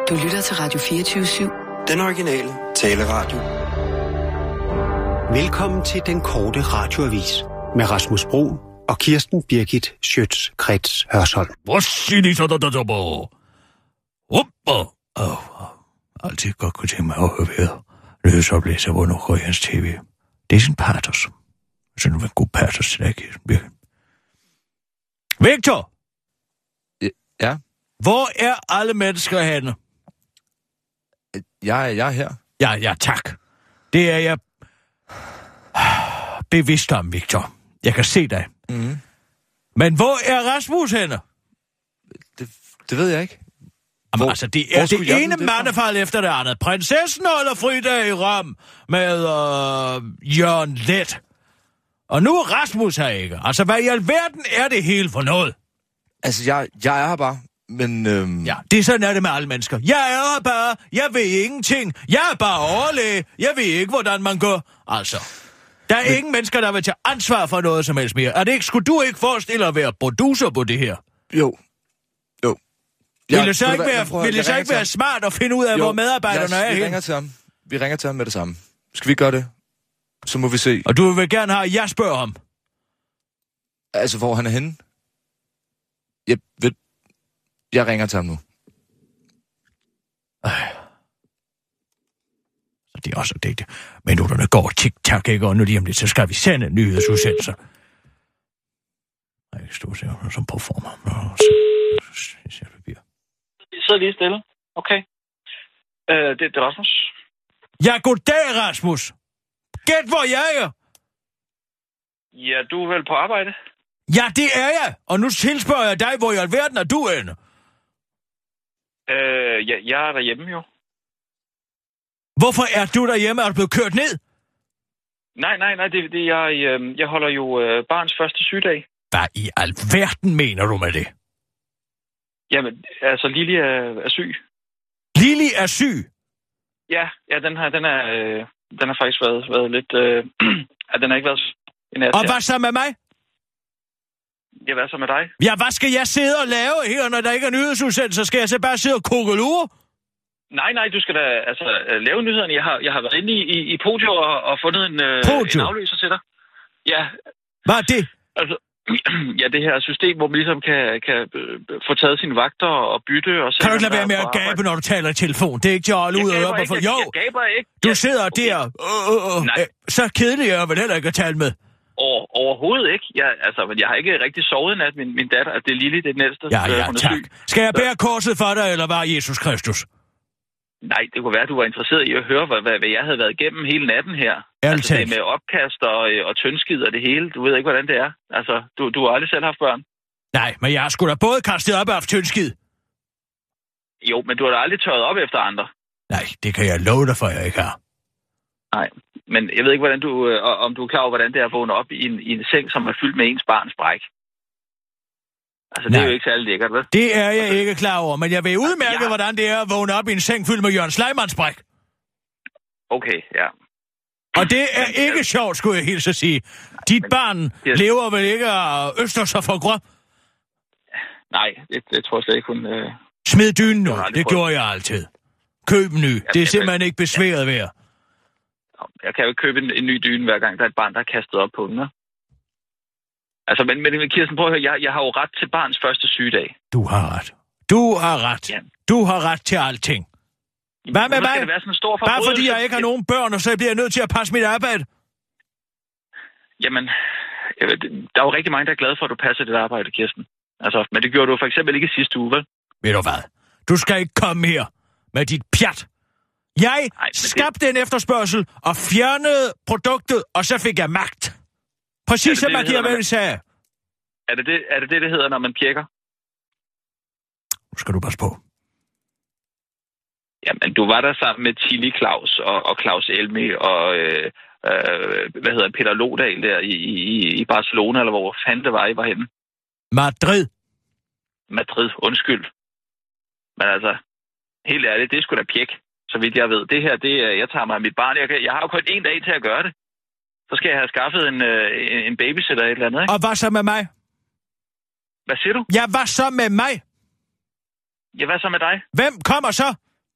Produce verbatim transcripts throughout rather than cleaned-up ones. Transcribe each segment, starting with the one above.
Du lytter til Radio fireogtyve syv. Den originale taleradio. Velkommen til den korte radioavis med Rasmus Bro og Kirsten Birgit Schøtz-Krets Hørsholm. Altid godt kunne tænke mig at høre ved nyhedsoplæser, hvor nu går hans tv. Det er sådan patos. Så nu er en god patos til dig, Kirsten Birgit. Victor! Ja? Hvor er alle mennesker henne? Jeg, jeg er her. Ja, ja, tak. Det er jeg bevidst om, Victor. Jeg kan se dig. Mm. Men hvor er Rasmus henne? Det, det ved jeg ikke. Jamen, hvor, altså, det er det ene mandefald efter det andet. Prinsessen holder fridag i Rom med øh, Jørgen Let. Og nu er Rasmus her ikke. Altså, hvad i alverden er det hele for noget? Altså, jeg, jeg er her bare, men... Øhm... Ja, det er sådan er det med alle mennesker. Jeg er her bare. Jeg ved ingenting. Jeg er bare overlæge. Jeg ved ikke, hvordan man gør. Altså, der er men... ingen mennesker, der vil tage ansvar for noget som helst mere. Er det ikke, skulle du ikke forestille dig at være producer på det her? Jo. Jo. Jeg, vil det så ikke være, prøver, vil det så ikke være smart at finde ud af, jo, hvor medarbejderne jeg, er vi ringer til ham. Vi ringer til ham med det samme. Skal vi gøre det? Så må vi se. Og du vil gerne have, at jeg spørger ham? Altså, hvor han er henne? Jeg ved... Jeg ringer til ham nu. Ej. Så det er også det. Minutterne går tik-tak, ikke? Og nu lige om lidt, så skal vi sende nyhedsudsendelser. Jeg kan stå og se, som på form. I sidder lige stille. Okay. Øh, det, det er Rasmus. Ja, goddag, Rasmus. Gæt, hvor jeg er. Ja, du er vel på arbejde? Ja, det er jeg. Og nu tilspørger jeg dig, hvor i alverden er du henne? Øh, ja, jeg er derhjemme jo. Hvorfor er du derhjemme? Er du blevet kørt ned? Nej, nej, nej. Det, det, jeg, øh, jeg holder jo øh, barns første sygedag. Hvad i alverden mener du med det? Jamen, altså, Lili er, er syg. Lili er syg? Ja, ja, den har, den er, øh, den har faktisk været, været lidt... Øh, ja, den har ikke været en nat. Og hvad så med mig? Ja, hvad så med dig? Ja, hvad skal jeg sidde og lave her, når der ikke er nyhedsudsendelse? Skal jeg så bare sidde og kugelure? Nej, nej, du skal da altså lave nyhederne. Jeg har, jeg har været inde i, i, i Podio og, og fundet en, øh, en afløser til dig. Ja. Hvad er det? Altså, ja, det her system, hvor man ligesom kan, kan få taget sine vagter og bytte. Og kan du ikke lade være med at gabe, når du taler i telefon? Det er ikke til at holde ud og høre for. Jo, jeg gaber ikke. Du jeg... sidder okay. der. Øh, øh, øh. Så kedelig er jeg vel heller ikke at tale med. Over, overhovedet ikke. Jeg, altså, men jeg har ikke rigtig sovet i nat. Min, min datter, det er Lili, det er den ældste. Ja, ja, tak. Syg. Skal jeg bære korset for dig, eller var Jesus Kristus? Nej, det kunne være, at du var interesseret i at høre, hvad, hvad jeg havde været igennem hele natten her. Ærligt altså, det med opkast og, og tyndskid og det hele. Du ved ikke, hvordan det er. Altså, du, du har aldrig selv haft børn. Nej, men jeg har sgu da både kastet op og haft tyndskid. Jo, men du har da aldrig tørret op efter andre. Nej, det kan jeg love dig for, jeg ikke har. Nej, men jeg ved ikke, hvordan du, øh, om du er klar over, hvordan det er at vågne op i en, i en seng, som er fyldt med ens barns bræk. Altså, det Nej. er jo ikke særlig lækkert, vel? Det er jeg ikke klar over, men jeg ved udmærke, ja. hvordan det er at vågne op i en seng fyldt med Jørgen Sleimanns bræk. Okay, ja. Og det er men, ikke jeg... sjovt, skulle jeg hilse at sige. Dit men, barn yes. lever vel ikke af østers og for grøn? Nej, det, det tror jeg slet ikke, hun... Øh... Smid dynen nu, det, det gjorde jeg altid. Køb en ny, ja, det er simpelthen ikke besværet ja. værd. Jeg kan jo ikke købe en, en ny dyne, hver gang der er et barn, der er kastet op på den, ne? Altså, men, men Kirsten, prøv at høre, jeg, jeg har jo ret til barns første sygedag. Du har ret. Du har ret. Ja. Du har ret til alting. Hvad med mig? Bare fordi jeg ikke har nogen børn, og så bliver jeg nødt til at passe mit arbejde? Jamen, jeg ved, der er jo rigtig mange, der er glade for, at du passer dit arbejde, Kirsten. Altså, men det gjorde du for eksempel ikke sidste uge, vel? Ved du hvad? Du skal ikke komme her med dit pjat. Jeg Ej, skabte det... en efterspørgsel og fjernede produktet, og så fik jeg magt. Præcis som Machiavelli sagde. Er det det, er det det, det hedder, når man pjekker? Nu skal du passe på. Jamen, du var der sammen med Tilly Claus og, og Claus Elmi og, øh, øh, hvad hedder Peter Lodal der i, i, i Barcelona, eller hvor fanden det var, I var henne? Madrid. Madrid, undskyld. Men altså, helt ærligt, det er sgu da pjek, så vidt jeg ved. Det her, det er, jeg tager mig af mit barn. Jeg, kan, jeg har jo kun en dag til at gøre det. Så skal jeg have skaffet en, en, en babysitter eller et eller andet, ikke? Og hvad så med mig? Hvad siger du? Ja, hvad så med mig? Ja, hvad så med dig? Hvem kommer så?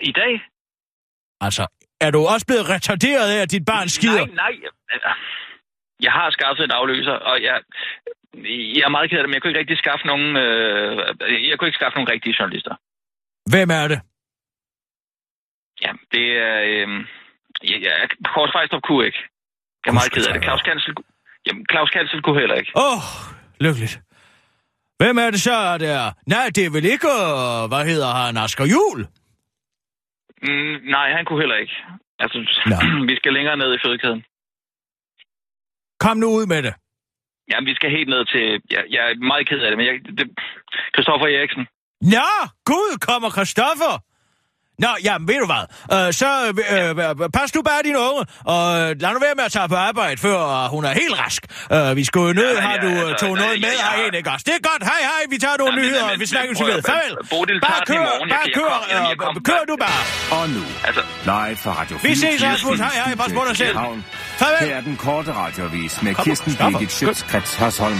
I dag? Altså, er du også blevet retarderet af, at dit barn skider? Nej, nej. Jeg har skaffet en afløser, og jeg, jeg er meget ked af det, men jeg kunne ikke rigtig skaffe nogen, øh, jeg kunne ikke skaffe nogen rigtige journalister. Hvem er det? Ja, det er... Øh, ja, ja, Kors Fejstrup kunne ikke. Jeg er meget ked af det. Claus Kansel, jamen, Claus Kansel kunne heller ikke. Åh, oh, lykkeligt. Hvem er det så, der? Nej, det er vel ikke, hvad hedder han, Asger Juhl? Mm, nej, han kunne heller ikke. Altså, vi skal længere ned i fødekæden. Kom nu ud med det. Jamen, vi skal helt ned til... Ja, jeg er meget ked af det, men jeg... Det, Christoffer Eriksen. Nå, Gud, kommer Christoffer! Nå, jamen, ved du hvad? Uh, så uh, pas du bare din unge, og lad nu være med at tage på arbejde, før uh, hun er helt rask. Uh, vi skulle jo nødt, ja, har du uh, altså, tog noget ja, med ja, herind, ikke også? Det er godt, hej hej, vi tager nogle nyheder, og vi snakker til ved. Farvel! Bare kør, bare kør, kør du bare! Og nu, altså, live fra Radio Vi ses, Rasmus, hej hej, pas på dig selv. Farvel! Her er den korte radioavis med Kirsten Birgit Schøtz-Krets Hørsholm.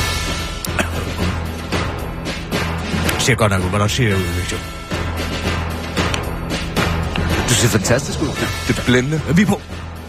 Ser godt nok ud, hvordan ser jeg ud, Victor? Du ser fantastisk ud. Det, det er blændende. Vi er på.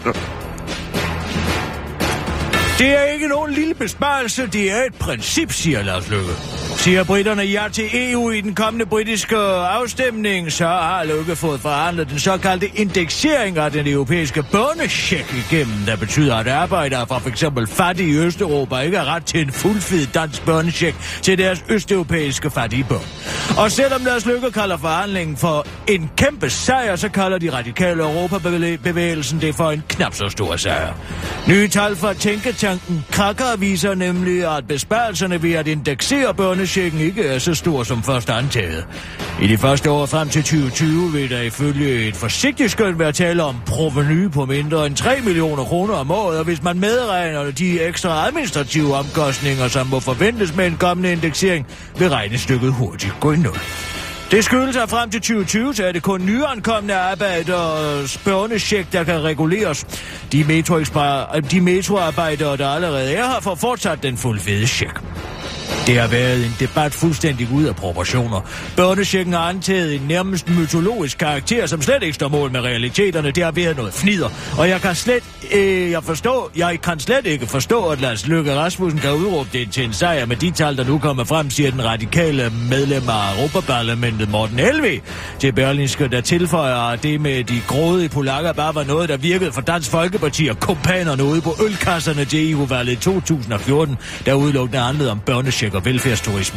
Det er ikke nogen lille besparelse, det er et princip, siger Lars Løkke. Siger britterne ja til E U i den kommende britiske afstemning, så har Løkke fået forhandlet den såkaldte indeksering af den europæiske børnecheck igennem, der betyder, at arbejdere fra f.eks. fattige i Østeuropa ikke har ret til en fuldfed dansk børnecheck til deres østeuropæiske fattige børn. Og selvom Lars Løkke kalder forhandlingen for en kæmpe sejr, så kalder de radikale Europabevægelsen det for en knap så stor sejr. Nye tal fra tænketanken Krakker viser nemlig, at besparelserne ved at indeksere børnechecken ikke er så stor som først antaget. I de første år frem til tyve tyve vil der ifølge et forsigtigt skøn være tale om provenu på mindre end tre millioner kroner om året, og hvis man medregner de ekstra administrative omkostninger, som må forventes med en kommende indeksering, vil regnestykket hurtigt gå i nul. Det skyldes, at frem til tyve tyve, så er det kun nyankomne arbejderes børnecheck, der kan reguleres. De, de metroarbejdere, der allerede er her, får fortsat den fuldfede check. Det har været en debat fuldstændig ud af proportioner. Børnechecken har antaget en nærmest mytologisk karakter, som slet ikke står mål med realiteterne. Det har været noget fnider. Og jeg kan slet, øh, jeg forstå, jeg kan slet ikke forstå, at Lars Løkke Rasmussen kan udråbe det til en sejr med de tal, der nu kommer frem, siger den radikale medlem af Europaparlamentet Morten Helveg til Berlingske, der tilføjer, at det med de grådige polakker bare var noget, der virkede for Dansk Folkeparti og kompanerne ude på ølkasserne til E U-valget i to tusind og fjorten, der udelukkende handlede om børnecheck og velfærdsturisme.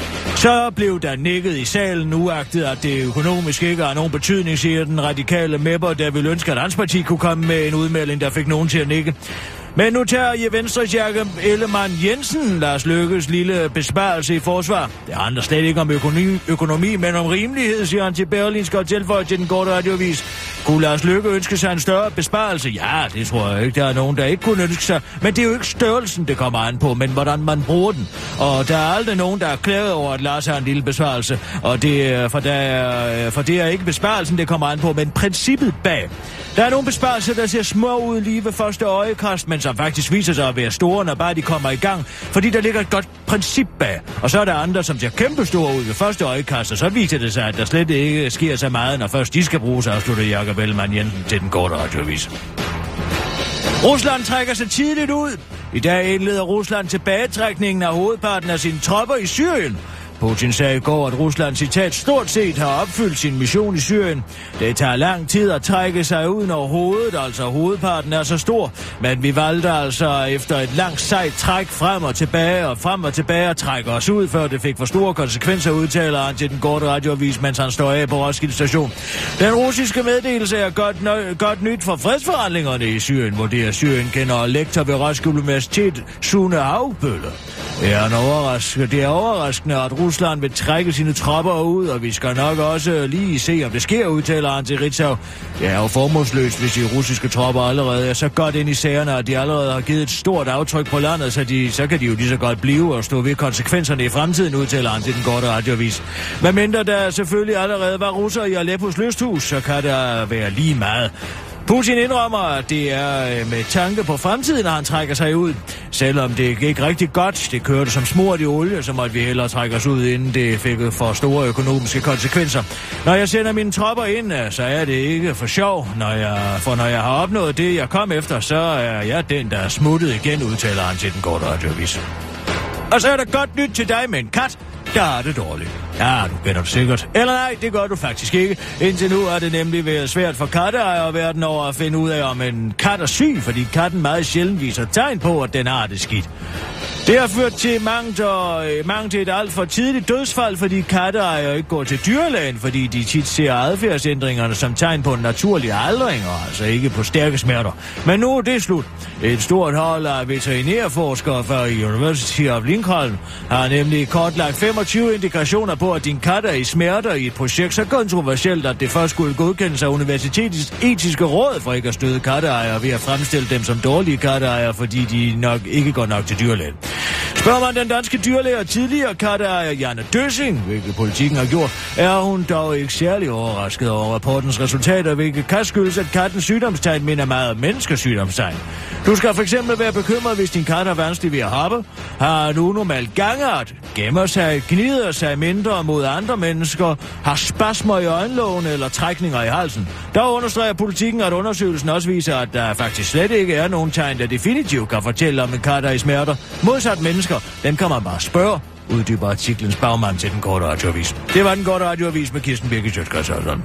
Så blev der nikket i salen, uagtet at det økonomisk ikke har nogen betydning, siger den radikale mepper, der ville ønske, at hans parti kunne komme med en udmelding, der fik nogen til at nikke. Men nu tager I Venstres Jakob Ellemann Jensen Lars Løkkes lille besparelse i forsvar. Det handler slet ikke om økonomi, økonomi, men om rimelighed, siger han til Berlingske og tilføjer til den korte radioavis. Kunne Lars Løkke ønske sig en større besparelse? Ja, det tror jeg ikke. Der er nogen, der ikke kunne ønske sig. Men det er jo ikke størrelsen, det kommer an på, men hvordan man bruger den. Og der er aldrig nogen, der er klaget over, at Lars har en lille besparelse. Og det, for, der er, for det er ikke besparelsen, det kommer an på, men princippet bag. Der er nogle besparelser, der ser små ud lige ved første øjekast, men som faktisk viser sig at være store, når bare de kommer i gang, fordi der ligger et godt princip bag. Og så er der andre, som ser kæmpe store ud ved første øjekast, og så viser det sig, at der slet ikke sker så meget, når først de skal bruges, afslutter Jakob Ellemann Jensen til den korte radioavis. Rusland trækker sig tidligt ud. I dag indleder Rusland tilbagetrækningen af hovedparten af sine tropper i Syrien. Putin sagde i går, at Rusland, citat, stort set har opfyldt sin mission i Syrien. Det tager lang tid at trække sig ud, når hovedet, altså hovedparten, er så stor. Men vi valgte altså efter et langt sejt træk frem og tilbage og frem og tilbage at trække os ud, før det fik for store konsekvenser, udtaler han til den korte radioavis, mens han står af på Roskilde Station. Den russiske meddelelse er godt, nø- godt nyt for fredsforhandlingerne i Syrien, vurderer Syrien kender lektor ved Roskilde Universitet, Sune Havbølle. Det er, overraskende, det er overraskende, at Rusland vil trække sine tropper ud, og vi skal nok også lige se, om det sker, udtaler han til Ritzau. Det er jo formålsløst, hvis de russiske tropper allerede er så godt ind i sagerne, at de allerede har givet et stort aftryk på landet, så, de, så kan de jo lige så godt blive og stå ved konsekvenserne i fremtiden, udtaler han til den korte radioavis. Men mindre der selvfølgelig allerede var russer i Aleppos lysthus, så kan der være lige meget. Putin indrømmer, at det er med tanke på fremtiden, når han trækker sig ud. Selvom det gik rigtig godt, det kørte som smurt i olie, så måtte vi hellere trække os ud, inden det fik for store økonomiske konsekvenser. Når jeg sender mine tropper ind, så er det ikke for sjov. Når jeg, for når jeg har opnået det, jeg kom efter, så er jeg den, der er smuttet igen, udtaler han til den korte radioavis. Og så er der godt nyt til dig med en kat. Der er det dårligt. Ja, du kender det sikkert. Eller nej, det gør du faktisk ikke. Indtil nu har det nemlig været svært for katteejere verden over at finde ud af, om en kat er syg, fordi katten meget sjældent viser tegn på, at den har det skidt. Det har ført til mangt, og, mangt til et alt for tidligt dødsfald, fordi katteejere ikke går til dyrlægen, fordi de tit ser adfærdsændringerne som tegn på en naturlig aldring, og altså ikke på stærke smerter. Men nu er det slut. Et stort hold af veterinærforskere fra University of Lincoln har nemlig kortlagt femogtyve indikationer på, at din kat er i smerter i et projekt så kontroversielt, at det først skulle godkendes af universitetets etiske råd for ikke at støde katteejere ved at fremstille dem som dårlige katteejere, fordi de nok ikke går nok til dyrlægen. Spørger man den danske dyrlæge og tidligere katteejer Janne Døssing, hvilket Politikken har gjort, er hun dog ikke særlig overrasket over rapportens resultater, hvilket kan skyldes, at kattens sygdomstegn minder meget om menneskesygdomstegn. Du skal for eksempel være bekymret, hvis din kat har vanskeligt ved at hoppe, har en unormal gangart, gemmer sig, gnider sig mindre mod andre mennesker, har spasmer i øjenlågene eller trækninger i halsen. Der understreger Politikken, at undersøgelsen også viser, at der faktisk slet ikke er nogen tegn, der definitivt kan fortælle om en kat er i smerter. Modsat mennesker, den kan man bare spørge, uddyber artiklens bagmand til den korte radioavis. Det var den korte radioavis med Kirsten Birgit Sjøtskreds Hørsholm.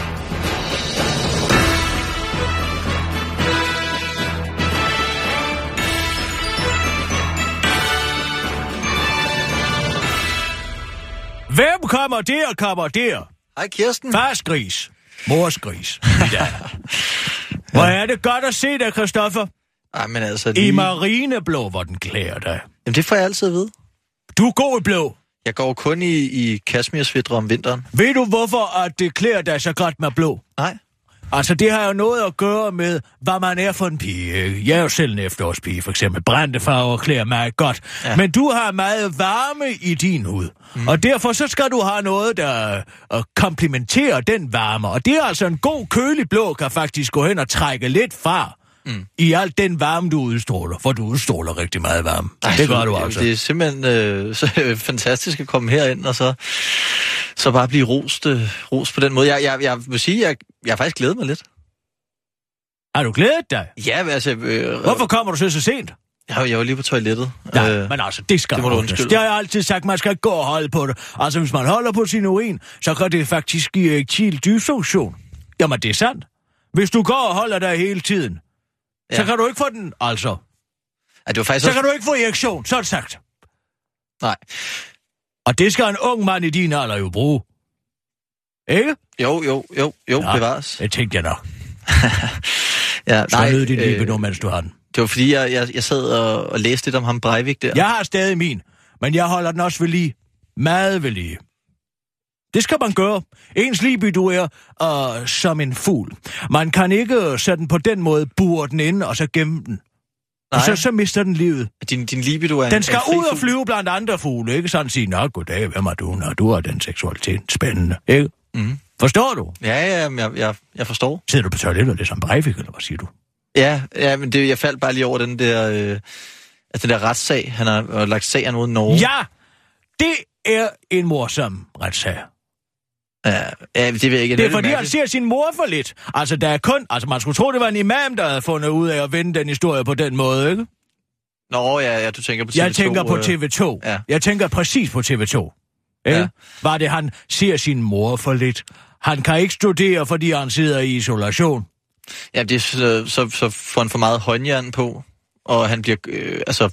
Hvem kommer der, kommer der? Hej Kirsten. Farsgris. Morsgris. Ja. Hvor er det godt at se dig, Christoffer. Ej, men altså lige... I marineblå, hvor den klæder dig. Jamen, det får jeg altid at vide. Du er god i blå. Jeg går kun i, i kashmirsvitre om vinteren. Ved du, hvorfor at det klæder dig så godt med blå? Nej. Altså, det har jo noget at gøre med, hvad man er for en pige. Jeg er jo selv en efterårspige, for eksempel. Brændte farver klæder mig godt. Ja. Men du har meget varme i din hud. Mm. Og derfor så skal du have noget, der uh, komplementerer den varme. Og det er altså en god kølig blå, kan faktisk gå hen og trække lidt fra. Mm. I alt den varme, du udstråler. For du udstråler rigtig meget varme. Ej, det gør du altså. Det er simpelthen øh, så, øh, fantastisk at komme herind, og så, så bare blive rost, øh, rost på den måde. Jeg, jeg, jeg vil sige, jeg, jeg har faktisk glædet mig lidt. Har du glædet dig? Ja, altså... Øh, Hvorfor kommer du så så sent? Jeg, jeg var lige på toilettet. Ja, øh, men altså, det skal det du undskylde. Det har jeg altid sagt, man skal gå og holde på det. Altså, hvis man holder på sin urin, så kan det faktisk give erektil dysfunktion. Jamen, det er sandt. Hvis du går og holder dig hele tiden, ja. Så kan du ikke få den, altså. Ja, det var faktisk så også... kan du ikke få erektion, så er det sagt. Nej. Og det skal en ung mand i din alder jo bruge. Ikke? Jo, jo, jo, jo, ja, bevares. Det tænkte jeg nok. ja, så nej, nød din øh, libe nu, mens du har den. Det var fordi, jeg, jeg, jeg sad og, og læste lidt om ham Breivik der. Jeg har stadig min, men jeg holder den også ved lige. Meget ved lige. Det skal man gøre. Ens libido er uh, som en fugl. Man kan ikke sætte den på den måde, bure den ind og så gemme den. Og så, så mister den livet. Din, din libido er Den skal en ud og flyve blandt andre fugle, ikke? Sådan sige, nå, goddag, hvem er du, når du har den seksualitet? Spændende, ikke? Mm. Forstår du? Ja, ja, jeg, jeg, jeg forstår. Sidder du på toilettet, og det er som Breivik, eller hvad siger du? Ja, ja, men det, jeg faldt bare lige over den der, øh, den der retssag. Han har øh, lagt sagen mod Norge. Ja, det er en morsom retssag. Ja, ja, det ved jeg ikke. Det er fordi, han ser sin mor for lidt. Altså, der er kun... Altså, man skulle tro, det var en imam, der havde fundet ud af at vende den historie på den måde, ikke? Nå, ja, ja, du tænker på T V to. Jeg tænker på T V to. Ja. Jeg tænker præcis på T V to. Ikke? Ja. Var det, han ser sin mor for lidt? Han kan ikke studere, fordi han sidder i isolation. Ja, det er så, så, så får han for meget håndjern på, og han bliver... Øh, altså,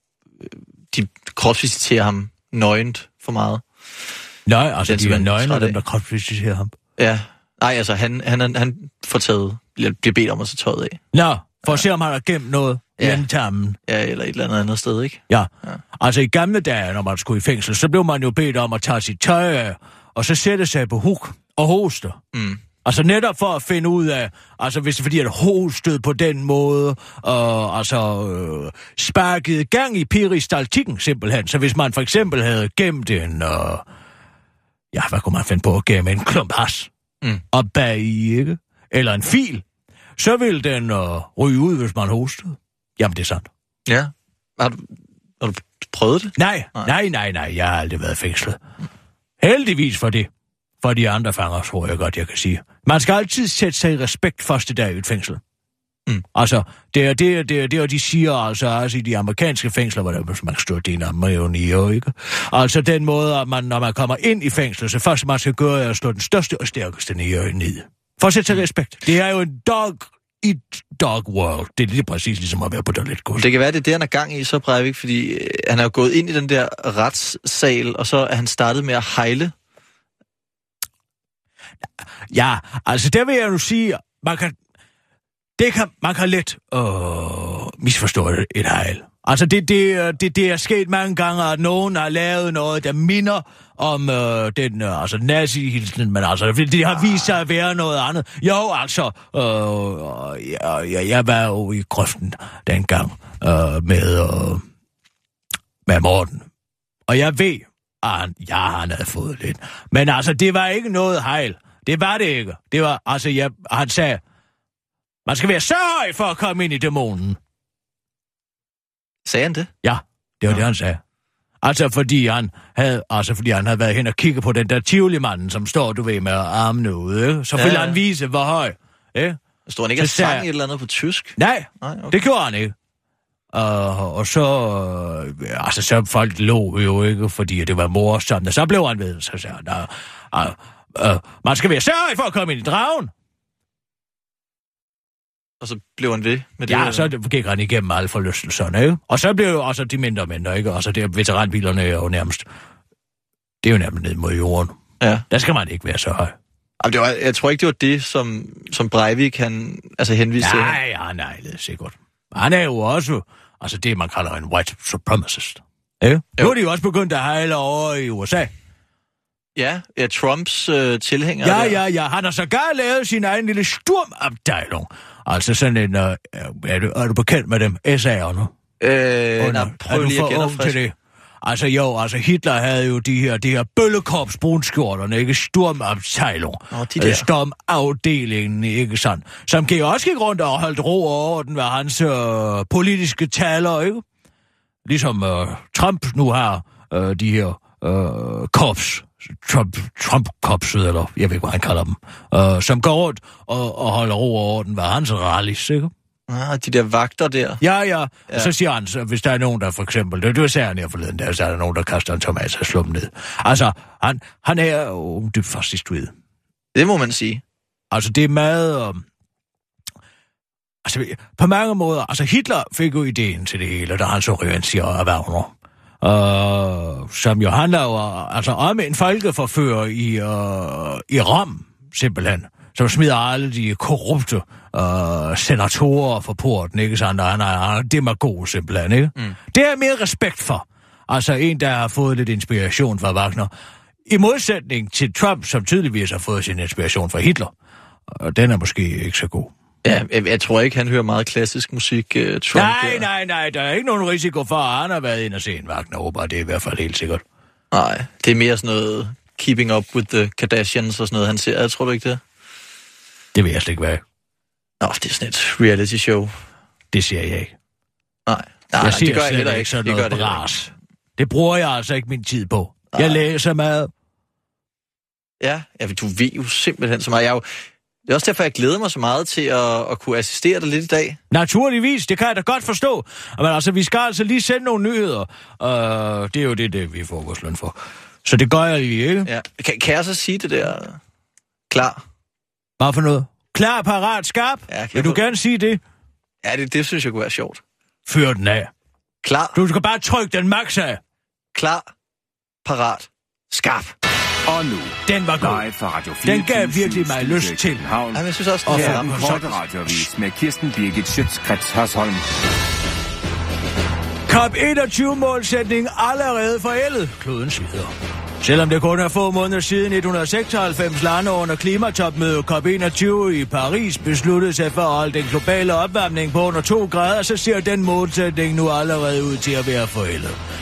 de kropsvisiterer ham nøgent for meget. Nej, altså de er nøgne, dem der kropsvisiterer ham. Ja, nej, altså han, han, han får taget, bliver bedt om at tage tøjet af. Nå, for at se, om han har gemt noget i ja. endetarmen. Ja, eller et eller andet andet sted, ikke? Ja. ja, altså i gamle dage, når man skulle i fængsel, så blev man jo bedt om at tage sit tøj af, og så sætte sig på huk og hoste. Mm. Altså netop for at finde ud af, altså hvis det er fordi, at hostet på den måde, og altså øh, sparket gang i peristaltikken simpelthen. Så hvis man for eksempel havde gemt en... Øh, ja, hvad kunne man finde på at gemme? En klump has. Mm. Og bag i, ikke? Eller en fil. så vil den øh, ryge ud, hvis man hostede. Jamen, det er sandt. Ja. Har du, har du prøvet det? Nej, nej, nej, nej, nej. Jeg har aldrig været fængslet. Heldigvis for det. For de andre fanger, tror jeg godt, jeg kan sige. Man skal altid sætte sig i respekt første dag i et fængsel. Mm. Altså, det er det, det, er det, og de siger altså også i de amerikanske fængsler, hvor der, man står det af mayonier, ikke? Altså den måde, at man, når man kommer ind i fængslet, så først man skal gøre er at slå den største og stærkeste ned. For at sætte sig respekt. Det er jo en dog i dog world. Det er lige præcis ligesom at være på toiletkursus. Det kan være, det er det, han er gang i, så Breivik, fordi han er jo gået ind i den der retssal, og så er han startet med at hejle. Ja, altså der vil jeg nu sige, man kan, det kan, man kan let øh, misforstå et, et hejl. Altså det, det, det, det er sket mange gange, at nogen har lavet noget, der minder om øh, den øh, altså nazi-hilsen, men altså det, det har vist sig at være noget andet. Jo, altså, øh, jeg, jeg, jeg var jo i grøften dengang øh, med, øh, med Morten. Og jeg ved, at han, ja, han havde fået lidt. Men altså, det var ikke noget hejl. Det var det ikke. Det var, altså, jeg, han sagde, man skal være så høj for at komme ind i dæmonen. Sagde han det? Ja, det var ja. det, han sagde. Altså, fordi han havde, altså, fordi han havde været hen og kigge på den der Tivoli-manden, som står, du ved, med armene ude, ikke? Så ville ja, ja. han vise, hvor høj. Ikke? Stod han ikke og sang et eller andet på tysk? Nej, Nej okay. det gjorde han ikke. Uh, og så, uh, altså, så folk lå jo ikke, fordi det var morsomt. Og så blev han ved, så sagde han, uh, uh, man skal være så høj for at komme ind i dragen. Og så blev han ved med det? Ja, så gik han igennem alle forlystelserne, ikke? Og så blev jo også de mindre mindre, ikke? Og så det veteranbilerne er jo nærmest, det er jo nærmest ned mod jorden. Ja. Der skal man ikke være så høj. Det var, jeg tror ikke, det var det, som, som Breivik kan altså henvise til. Nej, ja, nej, det er sikkert. Han er jo også, altså det, man kalder en white supremacist. Ikke? Nu er de jo også begyndt at hejle over i U S A. Ja, ja, Trumps øh, tilhænger. Ja, der. ja, ja. Han har sågar lavet sin egen lille sturmabteilung. Altså sådan en, øh, er, du, er du bekendt med dem? S A'erne? Øh, nej, prøv lige at genopfriske. Altså jo, altså Hitler havde jo de her, de her bøllekorps brunskjorterne, ikke? Sturmabteilung. Åh, de der. Stormafdelingen, ikke sandt? Som gik også gik rundt og holdt ro og orden ved hans øh, politiske taler, ikke? Ligesom øh, Trump nu har øh, de her øh, korps. Trump, Trump-korpset, eller jeg ved ikke, hvad han kalder dem, øh, som går rundt og, og holder ro og orden ved hans rallies, ikke? Ah, de der vagter der. Ja, ja, ja. Og så siger han, så, hvis der er nogen, der for eksempel, det, det sagde han her forleden, der, så er der nogen, der kaster en tomat og slår dem ned. Altså, han, han er jo dybt fascistoid. Det må man sige. Altså, det er meget... Øh, altså, på mange måder... Altså, Hitler fik jo ideen til det hele, da han så Reventier og Wagner. Uh, som jo handler jo altså om en folkeforfører i, uh, i Rom, simpelthen, som smider alle de korrupte uh, senatorer for porten, ikke sandt? Han er demagog, simpelthen, ikke? Mm. Det er mere respekt for. Altså en, der har fået lidt inspiration fra Wagner. I modsætning til Trump, som tydeligvis har fået sin inspiration fra Hitler. Uh, den er måske ikke så god. Ja, jeg, jeg tror ikke, han hører meget klassisk musik, uh, Trump. Nej, der. nej, nej, der er ikke nogen risiko for, at han har været inde og se en Wagner-opera, det er i hvert fald helt sikkert. Nej, det er mere sådan noget Keeping Up with the Kardashians og sådan noget, han ser. Jeg tror du ikke det? Det vil jeg slet ikke være. Nå, det er sådan et reality show. Det siger jeg ikke. Nej, nej, jeg siger det gør jeg heller ikke. ikke. Sådan det noget gør det bras. Det bruger jeg altså ikke min tid på. Nej. Jeg læser meget. Ja, ja, du ved jo simpelthen så meget. Jeg er jo... Det er også derfor, jeg glæder mig så meget til at, at kunne assistere dig lidt i dag. Naturligvis, det kan jeg da godt forstå. Men altså, vi skal altså lige sende nogle nyheder. Uh, det er jo det, det vi får vores løn for. Så det gør jeg lige, ikke? Ja. Kan, kan jeg så sige det der? Klar. Hvad for noget? Klar, parat, skarp? Ja, vil du få... gerne sige det? Ja, det, det synes jeg kunne være sjovt. Fyr den af. Klar. Du skal bare trykke den max af. Klar, parat, skarp. Og nu, den var god. Den gav virkelig mig lyst til. Ja, men jeg synes også, det er en korte radioavis med Kirsten Birgit Schøtz-Krets Hørsholm. COP enogtyve-målsætning allerede forældet, kloden siger. Selvom det kun er få måneder siden et hundrede seksoghalvfems lande under klimatopmødet COP enogtyve i Paris besluttede sig for at holde den globale opvarmning på under to grader, så ser den målsætning nu allerede ud til at være forældet.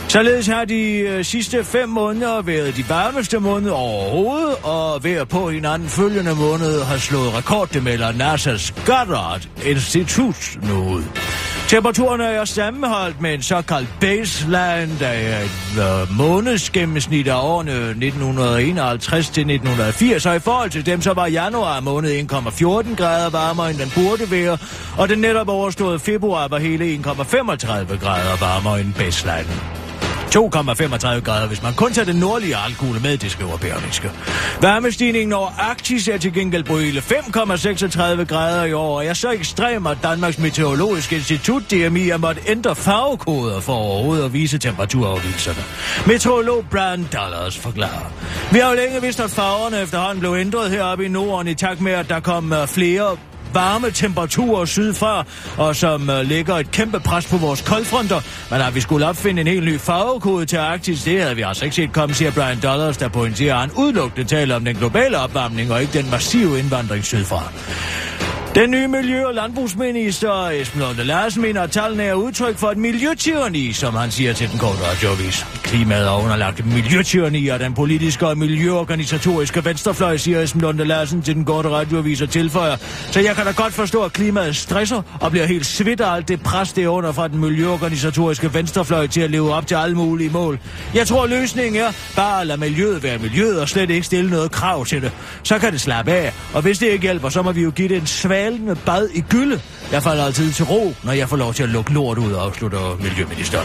Således har de øh, sidste fem måneder været de varmeste måneder overhovedet, og hver på hinanden følgende måned har slået rekord, det melder NASA's Goddard-institut nu ud. Temperaturerne er sammenholdt med en såkaldt baseline, der er et øh, månedsgennemsnit af årene nitten enoghalvtreds til nitten firs, og i forhold til dem så var januar måned en komma fjorten grader varmere, end den burde være, og den netop overståede februar var hele en komma femogtredive grader varmere end baseline. to komma femogtredive grader, hvis man kun tager den nordlige halvkugle med, det skriver Berlingske. Varmestigningen over Arktis er til gengæld på hele fem komma seksogtredive grader i år, og er så ekstrem, at Danmarks Meteorologiske Institut, D M I, har måttet ændre farvekoder for overhovedet at vise temperaturafviserne. Meteorolog Brian Dollars forklarer. Vi har jo længe vidst, at farverne efterhånden blev ændret heroppe i Norden, i takt med, at der kom flere varme temperaturer sydfra, og som uh, lægger et kæmpe pres på vores koldfronter. Men at vi skulle opfinde en helt ny farvekode til Arktis, det havde vi altså ikke set komme, siger Brian Dollars, der pointerer, at han udelukkende taler om den globale opvarmning og ikke den massive indvandring sydfra. Den nye miljø- og landbrugsminister Esben Lunde Larsen mener, at tallene er udtryk for et miljøtyranni, som han siger til den korte radioavis. Klimaet er underlagt miljøtyranni, og den politiske og miljøorganisatoriske venstrefløj, siger Esben Lunde Larsen til den korte radioavis og tilføjer. Så jeg kan da godt forstå, at klimaet stresser og bliver helt svedt af alt det pres, det er under fra den miljøorganisatoriske venstrefløj til at leve op til alle mulige mål. Jeg tror, løsningen er bare at lade miljøet være miljøet og slet ikke stille noget krav til det. Så kan det slappe af, og hvis det ikke hjælper, så må vi jo give det en svalende bad i gylde. Jeg falder altid til ro, når jeg får lov til at lukke lort ud, afslutter miljøministeren.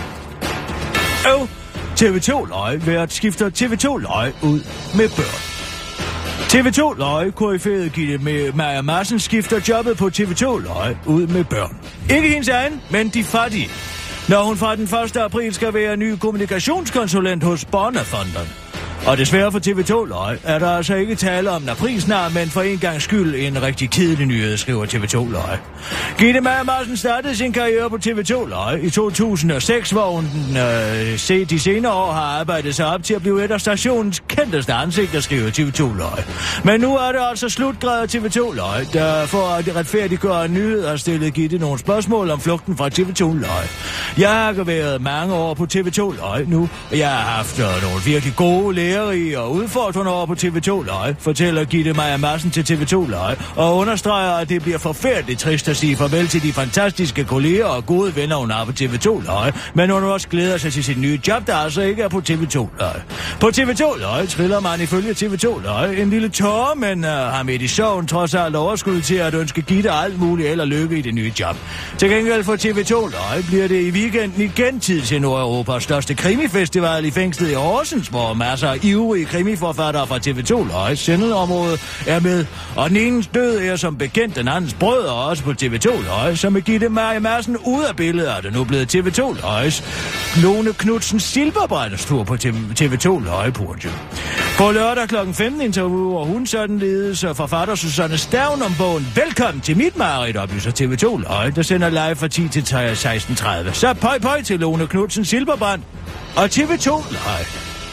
Og T V to-løg hvert skifter T V to-løg ud med børn. T V to-løg koryfæet Gitte med Maja Madsen skifter jobbet på T V to-løg ud med børn. Ikke hendes egen, men de fattige. Når hun fra den første april skal være ny kommunikationskonsulent hos Børnefonden. Og desværre for T V to-løg er der altså ikke tale om en aprilsnar, men for en gang skyld en rigtig kedelig nyhed, skriver T V to-løg. Gitte Maja Madsen startede sin karriere på T V to-løg i to tusind og seks, hvor hun øh, se, de senere år har arbejdet sig op til at blive et af stationens kendteste ansigter, skriver T V to-løg. Men nu er det altså slutgrader T V to-løg, der for at retfærdiggøre en nyhed har stillet Gitte nogle spørgsmål om flugten fra T V to-løg. Jeg har været mange år på T V to-løg nu, og jeg har haft øh, nogle virkelig gode lærer og udfordrende over på T V to-løg, fortæller Gitte Maja Madsen til T V to-løg, og understreger, at det bliver forfærdeligt trist at sige farvel til de fantastiske kolleger og gode venner, hun har på T V to-løg, men hun også glæder sig til sit nye job, der altså ikke er på T V to-løg. På T V to-løg triller man ifølge T V to-løg en lille tåre, men uh, har midt i sorgen trods alt overskud til at ønske Gitte alt muligt eller lykke i det nye job. Til gengæld for T V to-løg bliver det i weekenden igen tid til Nordeuropas største krimifestival i fængslet i Horsens, hvor masser af ivrige krimiforfattere fra T V to-løgs sendeområde er med, og den enes død er som bekendt den andens brød, og også på T V to-løg, som er Gitte Maja Madsen ud af billedet, er det nu blevet T V to-løgs Lone Knudsens silverbrænderstur på T V to-løg Purge. På lørdag klokken femten interviewer hun sådan ledes forfatter Susanne Stavn om bogen Velkommen til mit mareridt, oplyser T V to-løg, der sender live fra ti til seksten tredive. Så pøj pøj til Lone Knudsens silverbrand og T V to-løg.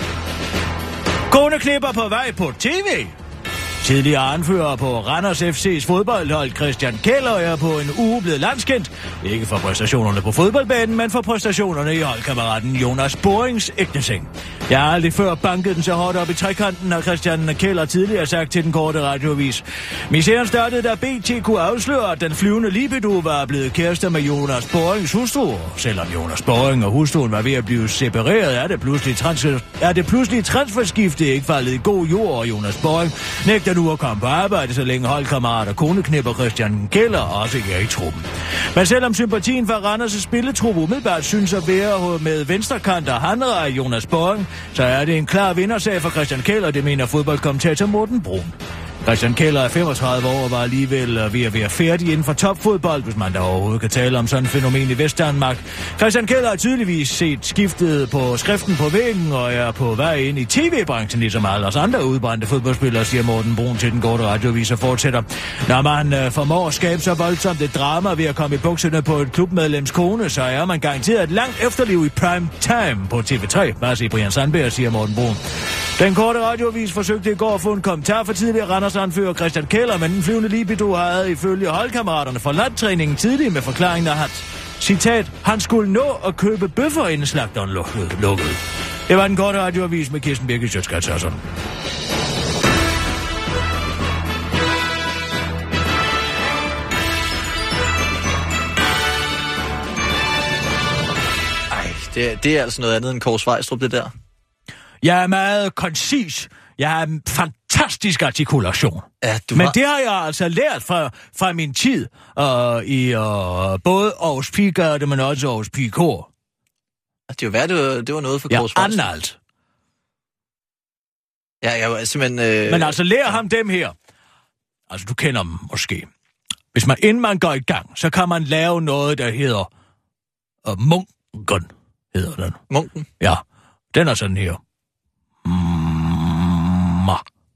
Koneklipper på vej på T V. Tidligere anfører på Randers F C's fodboldhold Christian Keller er på en uge blevet landskendt. Ikke for præstationerne på fodboldbanen, men for præstationerne i holdkammeraten Jonas Borings ægteseng. Jeg har aldrig før banket den så hårdt op i trekanten, har Christian Keller tidligere sagt til den korte radioavis. Misæren startede, da B T kunne afsløre, at den flyvende libido var blevet kærester med Jonas Borings hustru. Selvom Jonas Boring og hustruen var ved at blive separeret, er det pludselig, transfer, er det pludselig transferskifte ikke faldet i god jord, og Jonas Boring nægter nu at komme på arbejde, så længe holdkammerat og koneknipper Christian Keller også ikke er i truppen. Men selvom sympatien for Randers' spilletrup umiddelbart synes at være med venstrekant og handler af Jonas Boring, så er det en klar vindersag for Christian Keller, det mener fodboldkommentator Morten Brun. Christian Keller er femogtredive år og var alligevel ved at være færdig inden for topfodbold, hvis man da overhovedet kan tale om sådan et fænomen i Vestdanmark. Christian Keller har tydeligvis set skiftet på skriften på væggen og er på vej ind i tv-branchen, ligesom alle os andre udbrændte fodboldspillere, siger Morten Brun til den korte radioavis og fortsætter. Når man øh, formår at skabe så voldsomt et drama ved at komme i bukserne på et klubmedlems kone, så er man garanteret et langt efterliv i prime time på T V tre. Bare se Brian Sandberg, siger Morten Brun. Den korte radioavis forsøgte i går at få en kommentar for tidligere Randers-anfører Christian Keller, men den flyvende libido havde ifølge holdkammeraterne for landtræningen tidligt med forklaringen af hans citat, han skulle nå at købe bøffer inden slagteren lukkede. Det var den korte radioavis med Kirsten Birgit Schøtz Krets Hørsholm. Det, det er altså noget andet end Kåre Svejstrup, det der. Jeg er meget koncis. Jeg har en fantastisk artikulation. Ja, du Men har... det har jeg altså lært fra, fra min tid uh, i uh, både Aarhus Pigade, men også Aarhus Pigekor. Det var, det var, det var noget for Ja, Kåre Svejstrup. Arnald. Ja, jeg var simpelthen... Øh... Men altså, lær ham dem her. Altså, du kender dem måske. Hvis man, inden man går i gang, så kan man lave noget, der hedder uh, munken, hedder den. Munken? Ja, den er sådan her. Mm,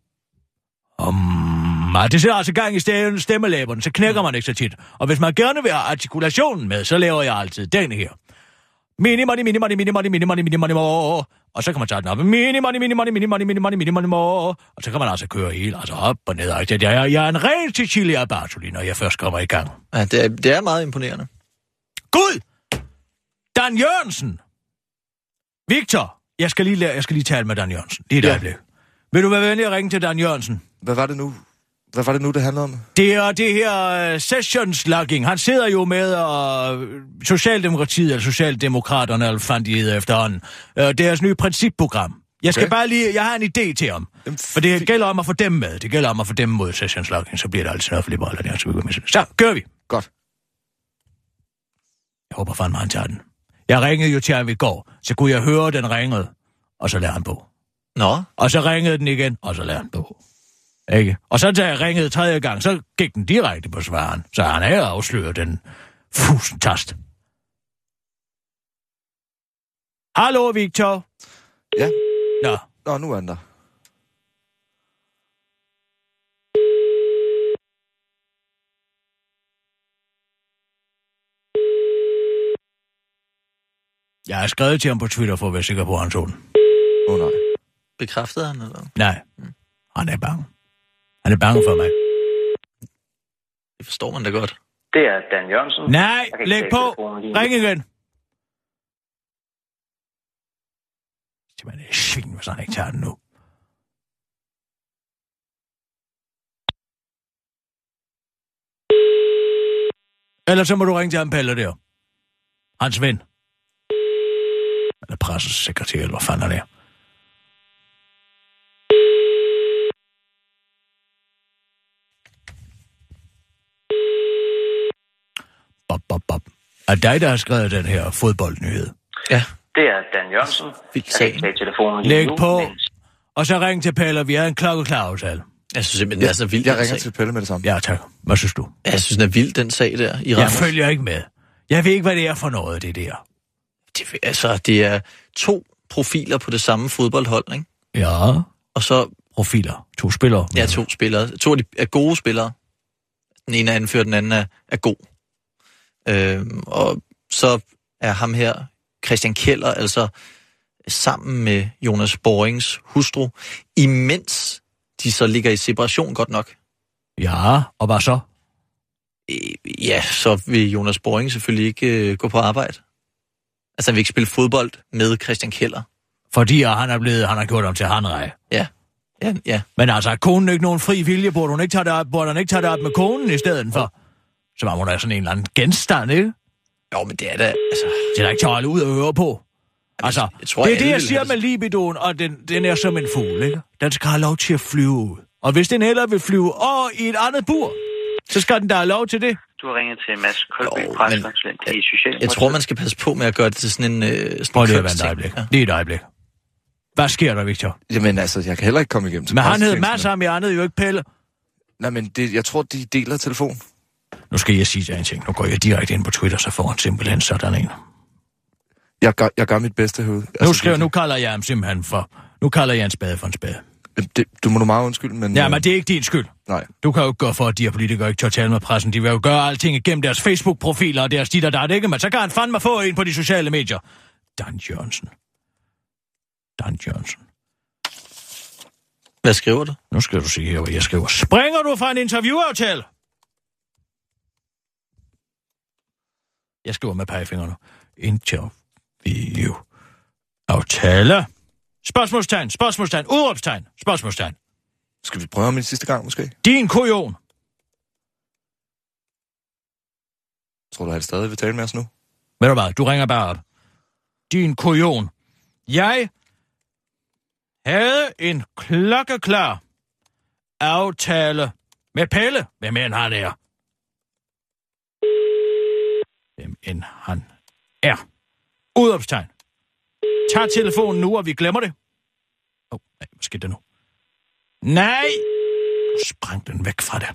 um, det sætter altså gang i stemmen, stemmelæberne, så knækker man ikke så tit. Og hvis man gerne vil have artikulationen med, så laver jeg altid den her. Mini money, mini money, mini money, mini money, mini money, more. Og så kan man tage den op. Mini money, mini money, mini money, mini money, mini money, more. Og så kan man altså køre hele, altså op og ned. Jeg er, jeg er en ren Cecilia Bartoli, når jeg først kommer i gang. Ja, det er, det er meget imponerende. Gud! Dan Jørgensen! Victor! Jeg skal lige, jeg skal lige tale med Dan Jørgensen. Lige et Ja. øjeblik. Vil du være venlig at ringe til Dan Jørgensen? Hvad var det nu? Hvad var det nu, det handlede om? Det er det her uh, sessionslogging. Han sidder jo med uh, Socialdemokratiet, eller Socialdemokraterne, eller fandt de hedder efterhånden. Uh, deres nye principprogram. Jeg skal Okay. bare lige, jeg har en idé til ham. Jamen, For det gælder om at få dem med. Det gælder om at få dem mod sessionslogging, så bliver det altid noget for liberale. Der, så, vi med. Så gør vi. Godt. Jeg håber fandme, han tager den. Jeg ringede jo til ham i går, så kunne jeg høre, den ringede, og så lader han på. Nå, Og så ringede den igen, og så lader han på. Ikke? Og så da jeg ringede tredje gang, så gik den direkte på svaren. Så han havde afsløret den fusentast. Hallo, Victor. Ja. Nå, Nå, nu er den der. jeg har skrevet til ham på Twitter for at være sikker på, at han så den. Åh oh, nej. bekræftede han, eller? Nej, han er bange. Han er bange for mig. Det forstår man da godt. Det er Dan Jørgensen. Nej, Jeg kan ikke læg tage på. telefonen lige nu. Ring igen. Det er svin, hvis han ikke tager den nu. Ellers så må du ringe til ham, Pelle, der. Hans ven. Eller pressens sekretær, eller hvad fanden er det? Bob, bob, bob. Er dig, der har skrevet den her fodboldnyhed? Ja. Det er Dan Jørgensen. Vildt Jeg kan ikke sagen. tage telefonen lige Læg nu, på. men Og så ring til Pelle, vi har en klokkeklar aftale. Jeg synes simpelthen, det er så vildt, Jeg den ringer sag. til Pelle med det samme. Ja, tak. Hvad synes du? Jeg synes, den er vild, den sag der i Jeg Randers. følger ikke med. Jeg ved ikke, hvad det er for noget, det der. Det, altså, det er to profiler på det samme fodboldhold, ikke? Ja, Og så, profiler. To spillere. ja, to spillere. To af de er gode spillere. Den ene er anført, den anden er, er god. Øhm, og så er ham her, Christian Keller, altså sammen med Jonas Borings hustru, imens de så ligger i separation godt nok. Ja, og hvad så? Øh, ja, så vil Jonas Boring selvfølgelig ikke øh, gå på arbejde. Altså, han vil ikke spille fodbold med Christian Keller. Fordi han er blevet, han har gjort ham til handrej. Ja, ja, ja. Men altså, er konen ikke nogen fri vilje? Burde hun ikke tage det op, burde han ikke tage det op med konen i stedet for? Så var hun da sådan en eller anden genstand, ikke? Jo, men det er da, altså... Det er da ikke til at holde ud og høre på. Altså, jeg tror, det er det, alle jeg vil siger have med det. libidoen, og den, den er som en fugl, ikke? Den skal have lov til at flyve ud. Og hvis den heller vil flyve over i et andet bur, så skal den da have lov til det. du har ringet til Mads Kølby, Jo, men- preskonsulent i Socialdemokratiet. Jeg tror, man skal passe på med at gøre det til sådan en... Øh, sådan Prøv en lige at vente et kønsting. øjeblik. Ja. Lige et øjeblik. Hvad sker der, Victor? Jamen altså, jeg kan heller ikke komme igennem til Men han hed pressetjenesten. Mads, ham jeg andet jo ikke Pelle. Nej, men det, jeg tror, de deler telefon. Nu skal jeg sige jer en ting. Nu går jeg direkte ind på Twitter, så får han simpelthen sådan en. Jeg gør, jeg gør mit bedste herude. Nu, skal, nu kalder jeg ham simpelthen for... Nu kalder jeg en spade for en spade. Det, du må nu meget undskylde, men... Ja, øh, men det er ikke din skyld. Nej. Du kan jo ikke gøre for, at de her politikere ikke tør tale med pressen. De vil jo gøre alting igennem deres Facebook-profiler og deres dit og dat, ikke? Men så kan han fandme få en på de sociale medier. Dan Jørgensen. Dan Jørgensen. Hvad skriver du? Nu skal du se her, hvad jeg skriver. Springer du fra en interviewaftale? Jeg skriver med pegefingrene. Interviewaftale. Spørgsmålstegn, spørgsmålstegn, udråbstegn, spørgsmålstegn. Skal vi prøve ham en sidste gang, måske? Din kujon. Tror du, han stadig vil tale med os nu? Ved du hvad, du ringer bare op. Din kujon. Jeg havde en klokkeklar aftale med Pelle. Hvem end han er. Hvem end han er. Udopstegn. Tag telefonen nu, og vi glemmer det. Åh, oh, nej, hvad skete der nu? Nej! Nu sprang den væk fra det.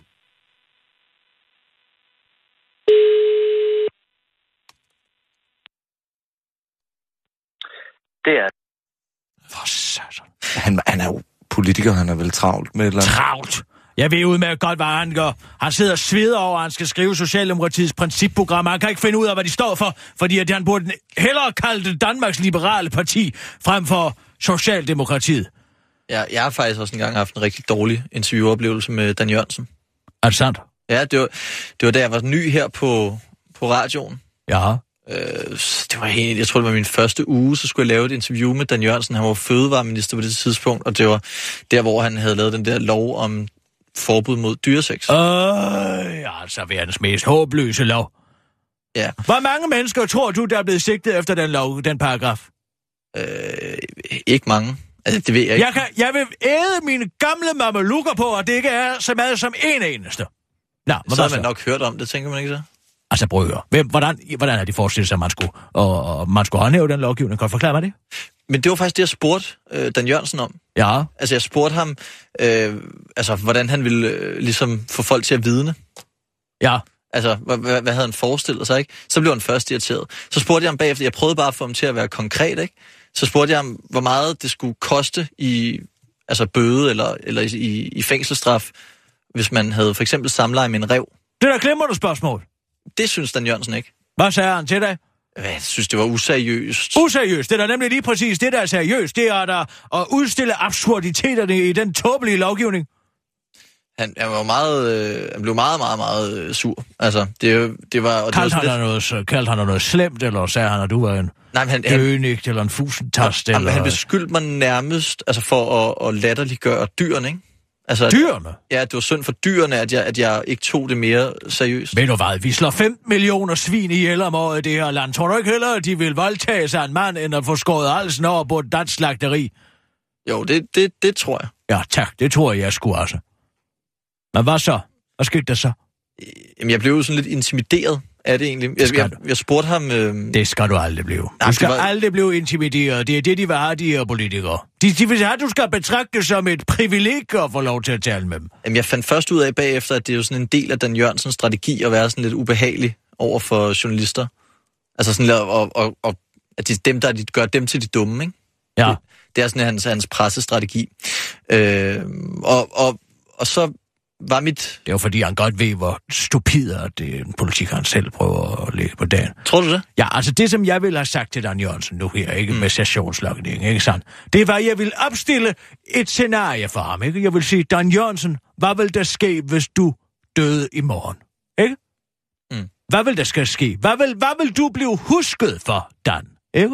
Det er... For satan. Han, han er jo politiker, han er vel travlt med et eller andet. Travlt? Jeg ved udmærket godt, hvad han gør. Han sidder og sveder over, at han skal skrive Socialdemokratiets principprogram. Han kan ikke finde ud af, hvad de står for, fordi at han burde hellere kalde det Danmarks Liberale Parti, frem for Socialdemokratiet. Ja, jeg har faktisk også engang haft en rigtig dårlig interviewoplevelse med Dan Jørgensen. Er det sandt? Ja, det var, det var da jeg var ny her på, på radioen. Ja. Øh, det var helt, jeg tror, det var min første uge, så skulle jeg lave et interview med Dan Jørgensen. Han var fødevareminister på det tidspunkt, og det var der, hvor han havde lavet den der lov om forbud mod dyresex. Øh, altså verdens mest håbløse lov. Ja. Hvor mange mennesker tror du, der er blevet sigtet efter den lov, den paragraf? Øh, ikke mange. Altså, det ved jeg ikke. Jeg, kan, jeg vil æde mine gamle mamelukker på, at det ikke er så meget som en eneste. Nå, så har man nok hørt om det, tænker man ikke så? Altså, prøv at høre. Hvem, hvordan, hvordan har de forestillet sig, at man skulle, og, og man skulle håndhæve den lovgivning? Kan du forklare mig det? Men det var faktisk det, jeg spurgte øh, Dan Jørgensen om. Ja. Altså, jeg spurgte ham, øh, altså, hvordan han ville øh, ligesom få folk til at vidne. Ja. Altså, hvad, hvad, hvad havde han forestillet sig, ikke? Så blev han først irriteret. Så spurgte jeg ham bagefter, jeg prøvede bare at få ham til at være konkret, ikke? Så spurgte jeg ham, hvor meget det skulle koste i altså bøde eller, eller i, i fængselsstraf, hvis man havde for eksempel samleje med en ræv. Det der glemrende spørgsmål. Det synes Dan Jørgensen ikke. Hvad sagde han til dig? Jeg synes, det var useriøst. Useriøst? Det er da nemlig lige præcis det, der er seriøst. Det er der at udstille absurditeterne i den tåbelige lovgivning. Han, han var meget, øh, han blev meget, meget, meget øh, sur. Altså, det, det var... Og kaldte, det var han lidt... noget, kaldte han noget slemt, eller sagde han, at du var en Nej, men han, dønigt, eller en fusentast, han, eller... Han beskyldte mig nærmest altså for at, at latterliggøre dyrene, ikke? Altså, dyrene? Ja, det var synd for dyrene, at jeg, at jeg ikke tog det mere seriøst. Ved du hvad, vi slår femten millioner svin ihjel om året i det her land. Tror du ikke heller, at de vil voldtage sig en mand, end at få skåret halsen over på et dansk slagteri? Jo, det, det, det tror jeg. Ja, tak. Det tror jeg, jeg skulle også. Men hvad så? Hvad skete der så? Jamen, jeg blev jo sådan lidt intimideret af det egentlig. Jeg, jeg, jeg spurgte ham... Øh... Det skal du aldrig blive. Du Nej, skal var... aldrig blive intimideret. Det er det, de vil have, de her politikere. De, de vil have, at du skal betragte som et privilegie at få lov til at tale med dem. Jamen, jeg fandt først ud af bagefter, at det er jo sådan en del af Dan Jørgensens strategi at være sådan lidt ubehagelig over for journalister. Altså sådan lidt, og, og, og at det er dem, der de gør dem til de dumme, ikke? Ja. Det, det er sådan hans, hans pressestrategi. Øh, og, og, og så... var mit... Det er jo fordi, han godt ved, hvor stupid er det en politik, han selv prøver at lægge på dagen. Tror du det? Ja, altså det, som jeg ville have sagt til Dan Jørgensen nu her, ikke mm. med sessionslogning, ikke sandt? Det var, at jeg ville opstille et scenarie for ham, ikke? Jeg vil sige, Dan Jørgensen, hvad vil der ske, hvis du døde i morgen? Ikke? Mm. Hvad vil der skal ske? Hvad vil, hvad vil du blive husket for, Dan? Ikke?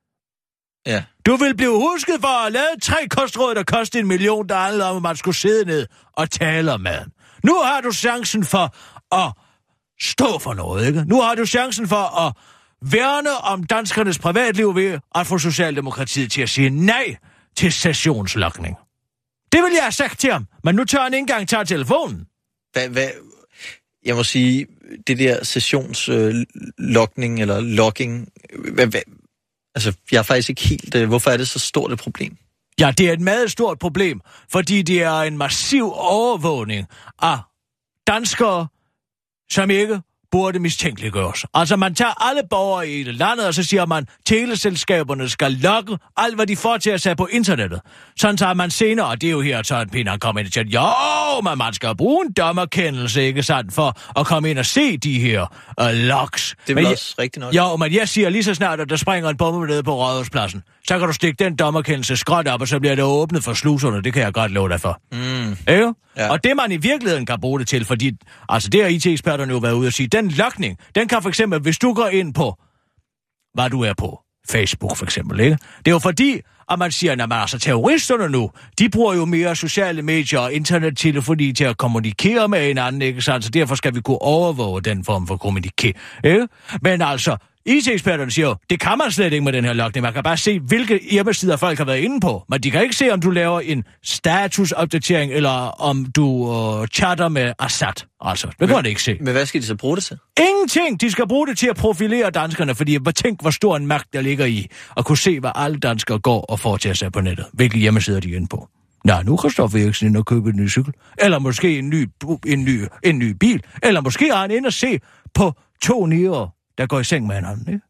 Ja. Du vil blive husket for at have lavet tre kostråd, der kostede en million, der handler om, at man skulle sidde ned og tale om maden. Nu har du chancen for at stå for noget, ikke? Nu har du chancen for at værne om danskernes privatliv ved at få Socialdemokratiet til at sige nej til sessionslogning. Det vil jeg have sagt til ham, men nu tør han ikke engang tage telefonen. Hvad, hvad, jeg må sige, det der sessionslogning øh, eller logging, hvad, hvad, altså, jeg er faktisk ikke helt... Øh, hvorfor er det så stort et problem? Ja, det er et meget stort problem, fordi det er en massiv overvågning af danskere, som ikke burde mistænkeliggøres. Altså, man tager alle borgere i landet, og så siger man, teleselskaberne skal logge alt, hvad de får til at se på internettet. Sådan tager man senere, og det er jo her, så en pind, han kommer ind og siger, jo, men man skal bruge en dommerkendelse, ikke sandt, for at komme ind og se de her uh, logs. Det er vel også rigtigt nok. Jo, men jeg siger lige så snart, at der springer en bombe nede på Rådhuspladsen, så kan du stikke den dommerkendelse skråt op, og så bliver det åbnet for sluserne. Det kan jeg godt love dig for. Mm. Ja? Ja. Og det man i virkeligheden kan bruge det til, fordi, altså det har I T-eksperterne jo været ude at sige, den logning, den kan for eksempel, hvis du går ind på, hvad du er på, Facebook for eksempel, ikke? Det er jo fordi, at man siger, at altså terroristerne nu, de bruger jo mere sociale medier og internettelefoni til at kommunikere med hinanden, ikke sant? Så derfor skal vi kunne overvåge den form for kommunikere, ikke? Men altså, I T-eksperterne siger jo, det kan man slet ikke med den her logning. Man kan bare se, hvilke hjemmesider folk har været inde på. Men de kan ikke se, om du laver en statusopdatering, eller om du øh, chatter med Assad. Altså, det kan man ikke se. Men hvad skal de så bruge det til? Ingenting! De skal bruge det til at profilere danskerne, fordi tænk, hvor stor en magt der ligger i at kunne se, hvad alle danskere går og får til at se på nettet. Hvilke hjemmesider de er inde på. Nej, nu kan Stoffer Eriksen ind og købe en ny cykel. Eller måske en ny, en ny, en ny bil. Eller måske har han ind og se på to niere, der går i seng med hinanden, ikke?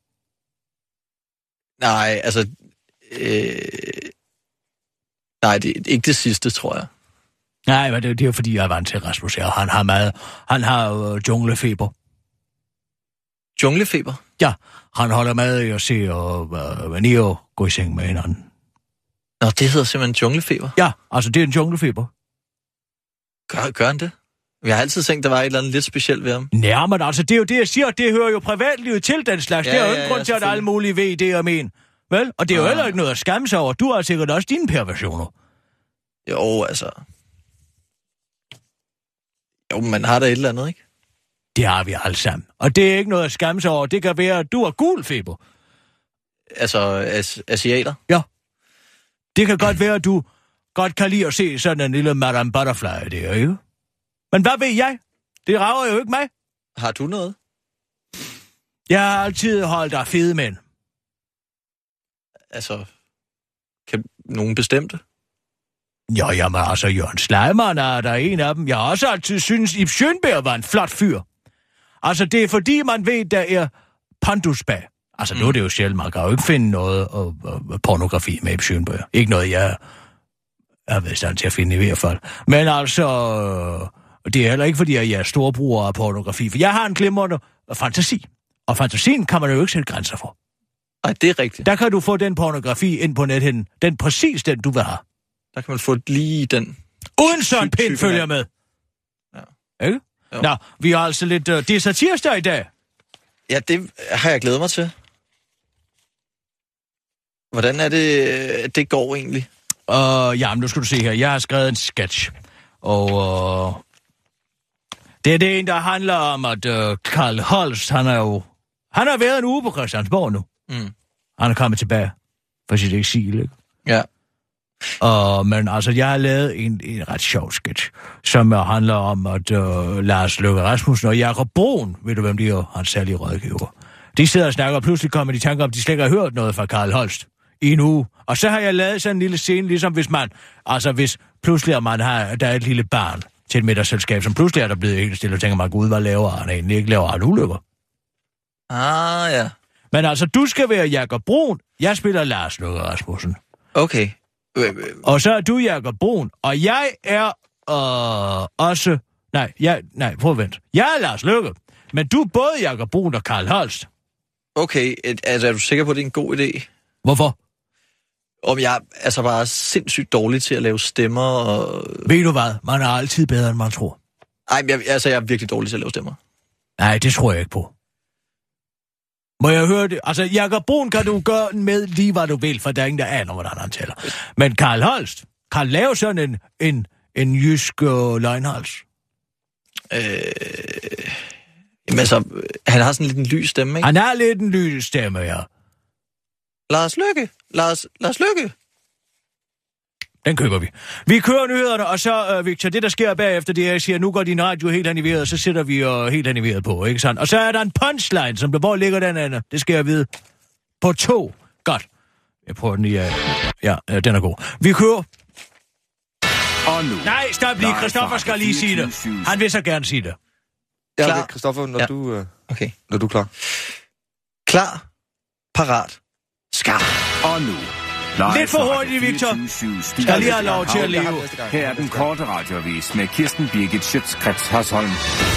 Nej, altså... Øh... Nej, det er ikke det sidste, tror jeg. Nej, men det, det er fordi, jeg er vant til Rasmus her. Han har meget... Han har øh, junglefeber. Junglefeber? Ja, han holder med i at se øh, Neo gå i seng med hinanden. Nå, det hedder simpelthen junglefeber? Ja, altså det er en junglefeber. Gør, gør han det? Jeg har altid tænkt, der var et eller andet lidt specielt ved ham. Nej, men altså, det er jo det, jeg siger. Det hører jo privatlivet til, den slags. Ja, det er jo ikke ja, grund ja, til, at alle mulige ved det og men. Vel? Og det er jo ja. heller ikke noget at skamme sig over. Du har sikkert også dine perversioner. Jo, altså... Jo, man har da et eller andet, ikke? Det har vi alle sammen. Og det er ikke noget at skamme sig over. Det kan være, at du har gul feber. Altså, as- asiater? Ja. Det kan godt være, at du godt kan lide at se sådan en lille Madame Butterfly der, ikke? Men hvad ved jeg? Det rager jo ikke mig. Har du noget? Jeg har altid holdt af fede mænd. Altså, kan nogen bestemme det? Jo, jamen altså, Jørgen Sleiman er der en af dem. Jeg har også altid synes, Ib Schønberg var en flot fyr. Altså, det er fordi, man ved, der er pondus bag. Altså, mm. nu er det jo sjældent, man kan jo ikke finde noget og, og, pornografi med Ib Schønberg. Ikke noget, jeg er ved stand til at finde i hvert fald. Men altså, det er heller ikke, fordi jeg er storbruger af pornografi, for jeg har en glimrende fantasi. Og fantasien kan man jo ikke sætte grænser for. Nej, det er rigtigt. Der kan du få den pornografi ind på nethen. Den præcis den, du vil have. Der kan man få lige den... Uden sådan pind følger med. Ja. Ikke? Jo. Nå, vi har altså lidt... Uh, det er satirsdag i dag. Ja, det har jeg glædet mig til. Hvordan er det, det går egentlig? Uh, jamen, nu skal du se her. Jeg har skrevet en sketch. Og... Uh, det er det en, der handler om, at uh, Karl Holst, han er jo... Han har været en uge på Christiansborg nu. Mm. Han er kommet tilbage for sit eksil, ikke? Ja. Uh, men altså, jeg har lavet en, en ret sjov sketch, som handler om, at uh, Lars Løkke Rasmussen og Jakob Brun, ved du hvem de er, hans særlige rådgiver, de sidder og snakker, og pludselig kommer de tanker om, at de slet ikke har hørt noget fra Karl Holst i en uge. Og så har jeg lavet sådan en lille scene, ligesom hvis man, altså hvis pludselig man har, der er et lille barn til et middagsselskab, som pludselig er der blevet helt stille og tænker mig, gud, hvad laver han egentlig? Ikke laver han ulykker. Ah, ja. Men altså, du skal være Jakob Brun, jeg spiller Lars Løkke Rasmussen. Okay. Og så er du Jakob Brun, og jeg er øh, også... Nej, jeg, nej, prøv at vente. Jeg er Lars Løkke, men du er både Jakob Brun og Karl Holst. Okay, altså er du sikker på, at det er en god idé? Hvorfor? Om jeg er altså bare sindssygt dårlig til at lave stemmer og... Ved du hvad? Man er altid bedre, end man tror. Nej, jeg, altså jeg er virkelig dårlig til at lave stemmer. Nej, det tror jeg ikke på. Må jeg høre det? Altså, Jakob Brun kan du gøre med lige, hvad du vil, for der er ingen, der aner, hvordan han taler. Men Karl Holst kan lave sådan en, en, en jysk uh, løgnhals. Øh... Jamen altså, han har sådan lidt en lys stemme, ikke? Han har lidt en lys stemme, ja. Lars Løkke! Lars, Lars Løkke! Den køber vi. Vi kører nyhederne, og så, uh, Victor, det der sker bagefter, det er, jeg siger, nu går din radio helt animeret, og så sætter vi uh, helt animeret på, ikke sandt? Og så er der en punchline, som der, hvor ligger den anden? Det skal jeg vide. På to. Godt. Jeg prøver den lige af. Ja, ja, den er god. Vi kører. Og nu. Nej, stop lige. Christoffer skal lige sige det. Han vil så gerne sige det. Ja, Klar. okay, Christoffer, når, Ja. du, øh, Okay. når du er klar. Klar, parat, skarp. Og nu. Live Lidt for fra hurtigt, Victor. fireogtyve syv Skal lige have lov til at leve. Her er den korte radioavis med Kirsten Birgit Schøtzgrads Hasholm.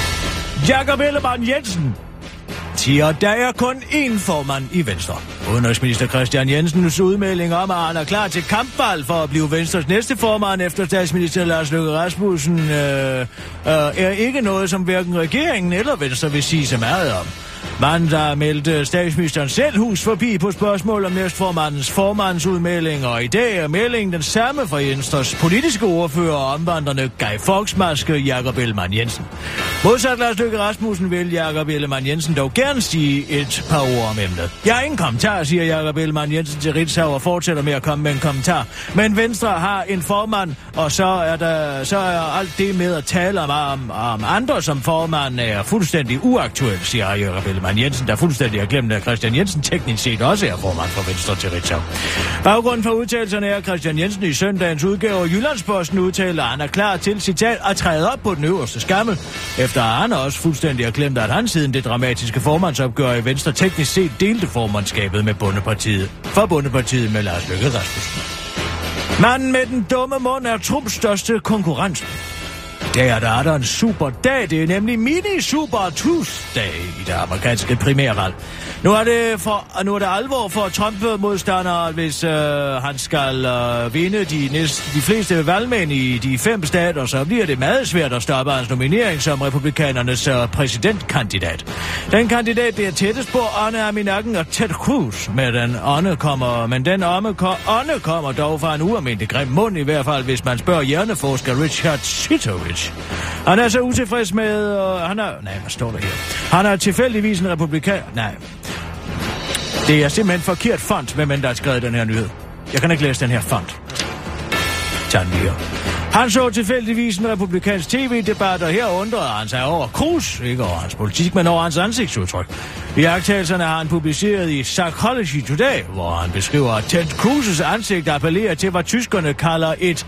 Jakob Ellemann Jensen siger, der er kun én formand i Venstre. Udenrigsminister Christian Jensens udmelding om, at han er klar til kampvalg for at blive Venstres næste formand efter statsminister Lars Løkke Rasmussen, øh, øh, er ikke noget, som hverken regeringen eller Venstre vil sige så meget om. Mandag meldte statsministeren selv hus forbi på spørgsmål om næstformandens formandsudmelding, og i dag er meldingen den samme fra Venstres politiske ordfører og omvandrende Guy Fawkes-maske Jakob Ellemann Jensen. Modsat Lars Løkke Rasmussen vil Jakob Ellemann Jensen dog gerne sige et par ord om emnet. Jeg har ingen kommentar, siger Jakob Ellemann Jensen til Ritzau og fortsætter med at komme med en kommentar. Men Venstre har en formand, og så er, der, så er alt det med at tale om, om, om andre som formand er fuldstændig uaktuelt, siger Jakob Ellemann Jensen, der fuldstændig har glemt, at Christian Jensen teknisk set også er formand for Venstre til Ritzau. Baggrunden for udtalelserne er, at Christian Jensen i søndagens udgave af Jyllandsposten udtaler, at han er klar til, citat, at træde op på den øverste skammel, efter at han også fuldstændig har glemt, at han siden det dramatiske formandsopgør i Venstre teknisk set delte formandskabet med Bondepartiet, for Bondepartiet med Lars Løkke Rasmussen. Manden med den dumme mund er Trumps største konkurrent. Det er der er der en super dag, det er nemlig mini-super Tuesday i det amerikanske primærvalg. Nu er det, for, nu er det alvor for Trump-modstandere, hvis øh, han skal øh, vinde de, næste, de fleste valgmænd i de fem stater, så bliver det meget svært at stoppe hans nominering som republikanernes øh, præsidentkandidat. Den kandidat, der er tættest på, Anne Aminakken og Ted Cruz, med den ånde kommer, men den ånde kommer dog fra en ualmindelig grim mund, i hvert fald hvis man spørger hjerneforsker Richard Sitovic. Han er så utilfreds med... Øh, han er... Nej, hvad står der her? Han er tilfældigvis en republikaner... Nej. Det er simpelthen forkert font, hvem end der har skrevet den her nyhed. Jeg kan ikke læse den her font. Tag den lige. Han så tilfældigvis en republikansk tv-debat, og her undrede han sig over Cruz, ikke over hans politik, men over hans ansigtsudtryk. I iagttagelserne har han publiceret i Psychology Today, hvor han beskriver, at Ted Cruz's ansigt appellerer til, hvad tyskerne kalder et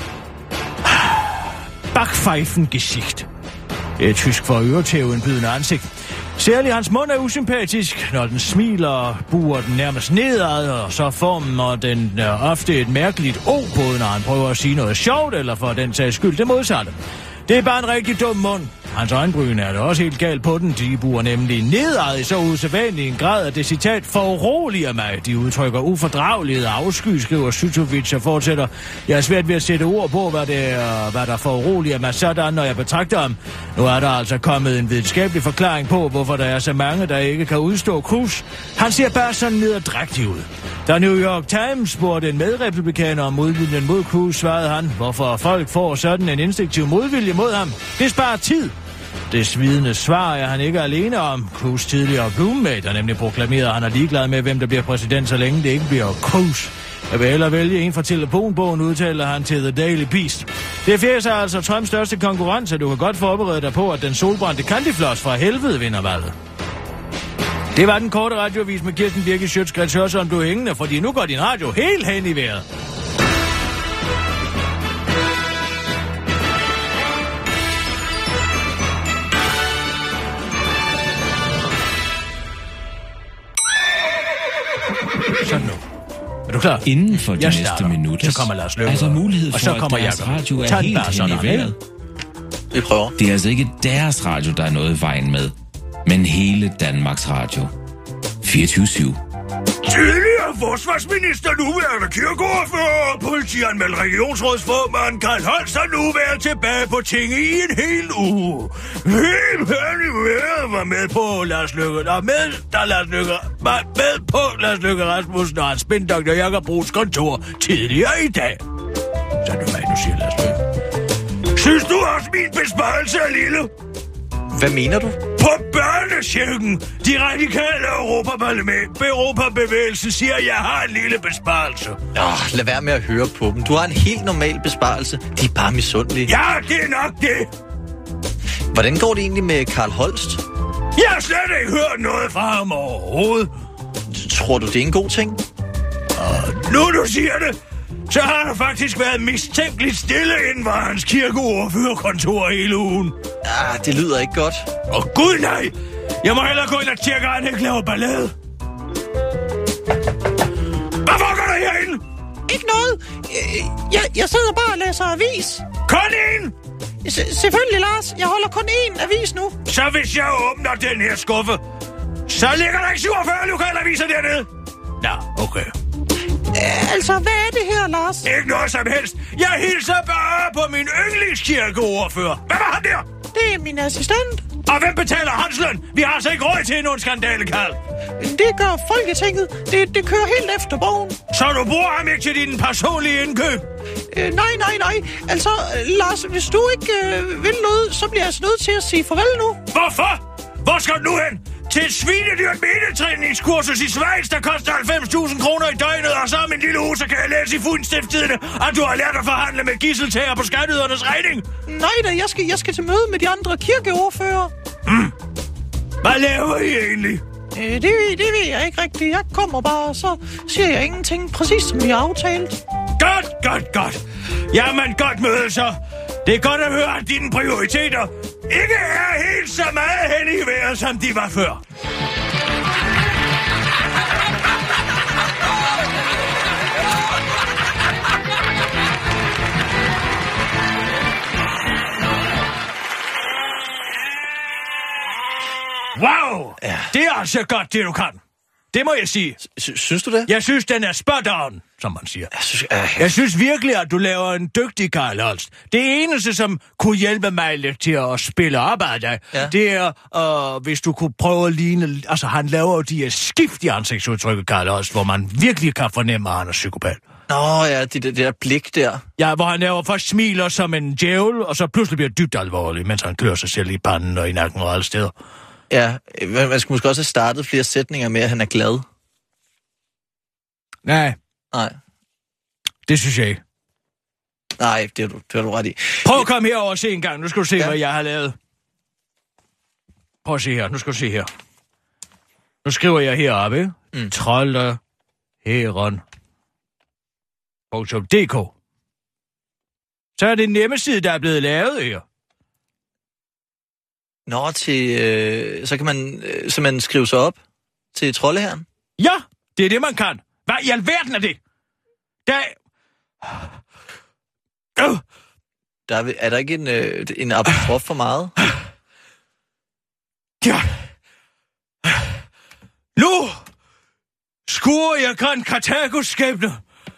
Backpfeifengesicht. Det er tysk for øretæveindbydende ansigt. Særligt hans mund er usympatisk. Når den smiler, buer den nærmest nedad, og så former den øh, ofte et mærkeligt o, både når han prøver at sige noget sjovt, eller for den sags skyld det modsatte. Det er bare en rigtig dum mund. Hans øjenbryn er det også helt galt på den. De buer nemlig nedad i så usædvanlig en grad, at det citat foruroliger mig. De udtrykker ufordragelighed og afsky, skriver Sytovic og fortsætter. Jeg er svært ved at sætte ord på, hvad, det er, hvad der foruroliger mig sådan, når jeg betragter ham. Nu er der altså kommet en videnskabelig forklaring på, hvorfor der er så mange, der ikke kan udstå Cruz. Han ser bare sådan nederdrægtig ud. Da New York Times spurgte en medrepublikaner om modviljen mod Cruz, svarede han, hvorfor folk får sådan en instinktiv modvilje mod ham. Det sparer tid. Det svidende svar er han ikke alene om. Cruz tidligere Bloomberg, der nemlig proklamerede, at han er ligeglad med, hvem der bliver præsident, så længe det ikke bliver Cruz. Jeg vil hellere vælge en fra telefonbogen, udtaler han til The Daily Beast. Det fjæser altså Trumps største konkurrent, så du kan godt forberede dig på, at den solbrændte candyfloss fra helvede vinder valget. Det var den korte radioavis med Kirsten Birgit Schøtzgrads Hasholm, du er hængende, fordi nu går din radio helt hen i vejret. Sådan nu. Er du klar? Inden for de jeg næste starter. minutter Så kommer Lars Løkke. er der mulighed og for, så kommer at deres Jacob. radio er Tag den helt bare hen sådan, i vejret. Vi prøver. Det er altså ikke deres radio, der er noget i vejen med, men hele Danmarks Radio. fireogtyve syv. Tidligere forsvarsminister, nuværende kirkeordfører og politianmeldt regionsrådsformand Karl Holst har nu været tilbage på tinge i en hel uge. Helt hen i vejret var med på Lars Løkke, der med, der Lars Løkke, var med på Lars Løkke Rasmussen og hans spindoktor Jakob Brugs kontor tidligere i dag. Så du mig, nu siger Lars Løkke. Synes du også min besparelse er lille? Hvad mener du? På børnechecken! De radikale Europaparlament, Europabevægelsen siger, at jeg har en lille besparelse. Oh, lad være med at høre på dem. Du har en helt normal besparelse. De er bare misundelige. Ja, det er nok det. Hvordan går det egentlig med Karl Holst? Jeg har slet ikke hørt noget fra ham overhovedet. Tror du, det er en god ting? Og nu du siger det, så har der faktisk været mistænkeligt stille inden for hans kirkeordførerkontor hele ugen. Ja, det lyder ikke godt. Åh oh, gud nej! Jeg må hellere gå ind og tjekke, at han ikke laver ballade. Hvad foregår der herinde? Ikke noget. Jeg, jeg sidder bare og læser avis. Kun én? S- selvfølgelig, Lars. Jeg holder kun én avis nu. Så hvis jeg åbner den her skuffe, så ligger der ikke syvogfyrre lokalaviser dernede? Nå, okay. Æ, altså, hvad er det her, Lars? Ikke noget som helst. Jeg hilser bare på min yndlingskirkeordfører. Hvad var han der? Det er min assistent. Og hvem betaler hans løn? Vi har altså ikke råd til endnu en skandale, Karl. Det gør Folketinget. Det, det kører helt efter bogen. Så du bruger ham ikke til din personlige indkøb? Øh, nej, nej, nej. Altså, Lars, hvis du ikke øh, vil noget, så bliver jeg altså nødt til at sige farvel nu. Hvorfor? Hvor skal du nu hen? Til et svinedyrt menetræningskursus i Schweiz, der koster halvfems tusind kroner i døgnet, og så om en lille uge, så kan jeg læse i Fuldstiftstidende, at du har lært at forhandle med gisseltager på skatteydernes regning. Nej da, jeg skal, jeg skal til møde med de andre kirkeordfører. Mm. Hvad laver I egentlig? Øh, det, det ved jeg ikke rigtigt. Jeg kommer bare, og så siger jeg ingenting, præcis som vi har aftalt. Godt, godt, godt. Jamen, godt møde så. Det er godt at høre, at dine prioriteter ikke er helt så meget hen i vejret, som de var før. Wow! Ja. Det er altså godt, det du kan. Det må jeg sige. Sy- synes du det? Jeg synes, den er spot on, som man siger. Jeg synes, øh, jeg synes virkelig, at du laver en dygtig Karl Holst. Det eneste, som kunne hjælpe mig lidt til at spille op af dig, ja. det er, øh, hvis du kunne prøve at ligne... Altså, han laver jo de her skift i ansigtsudtrykket, Karl Holst, hvor man virkelig kan fornemme, at han er psykopat. Nå ja, det, det, det der blik der. Ja, hvor han laver først smiler som en djævel, og så pludselig bliver dybt alvorlig, mens han klør sig selv i panden og i nakken og alle steder. Ja, man skulle måske også have startet flere sætninger med, at han er glad. Nej. Nej. Det synes jeg ikke. Nej, det har du, det har du ret i. Prøv at komme herover og se en gang. Nu skal du se, ja. hvad jeg har lavet. Prøv at se her. Nu skal du se her. Nu skriver jeg heroppe, ikke? Mm. Trolderheron punktum d k. Så er det en hjemmeside, der er blevet lavet her. Nå, til, øh, så kan man øh, simpelthen skrive sig op til troldeherren? Ja, det er det, man kan. Hvad i alverden er det? Der... Øh. Der er, er der ikke en, øh, en apostrof for meget? Ja. Nu skuer jeg Gran Kartagos-skæbne.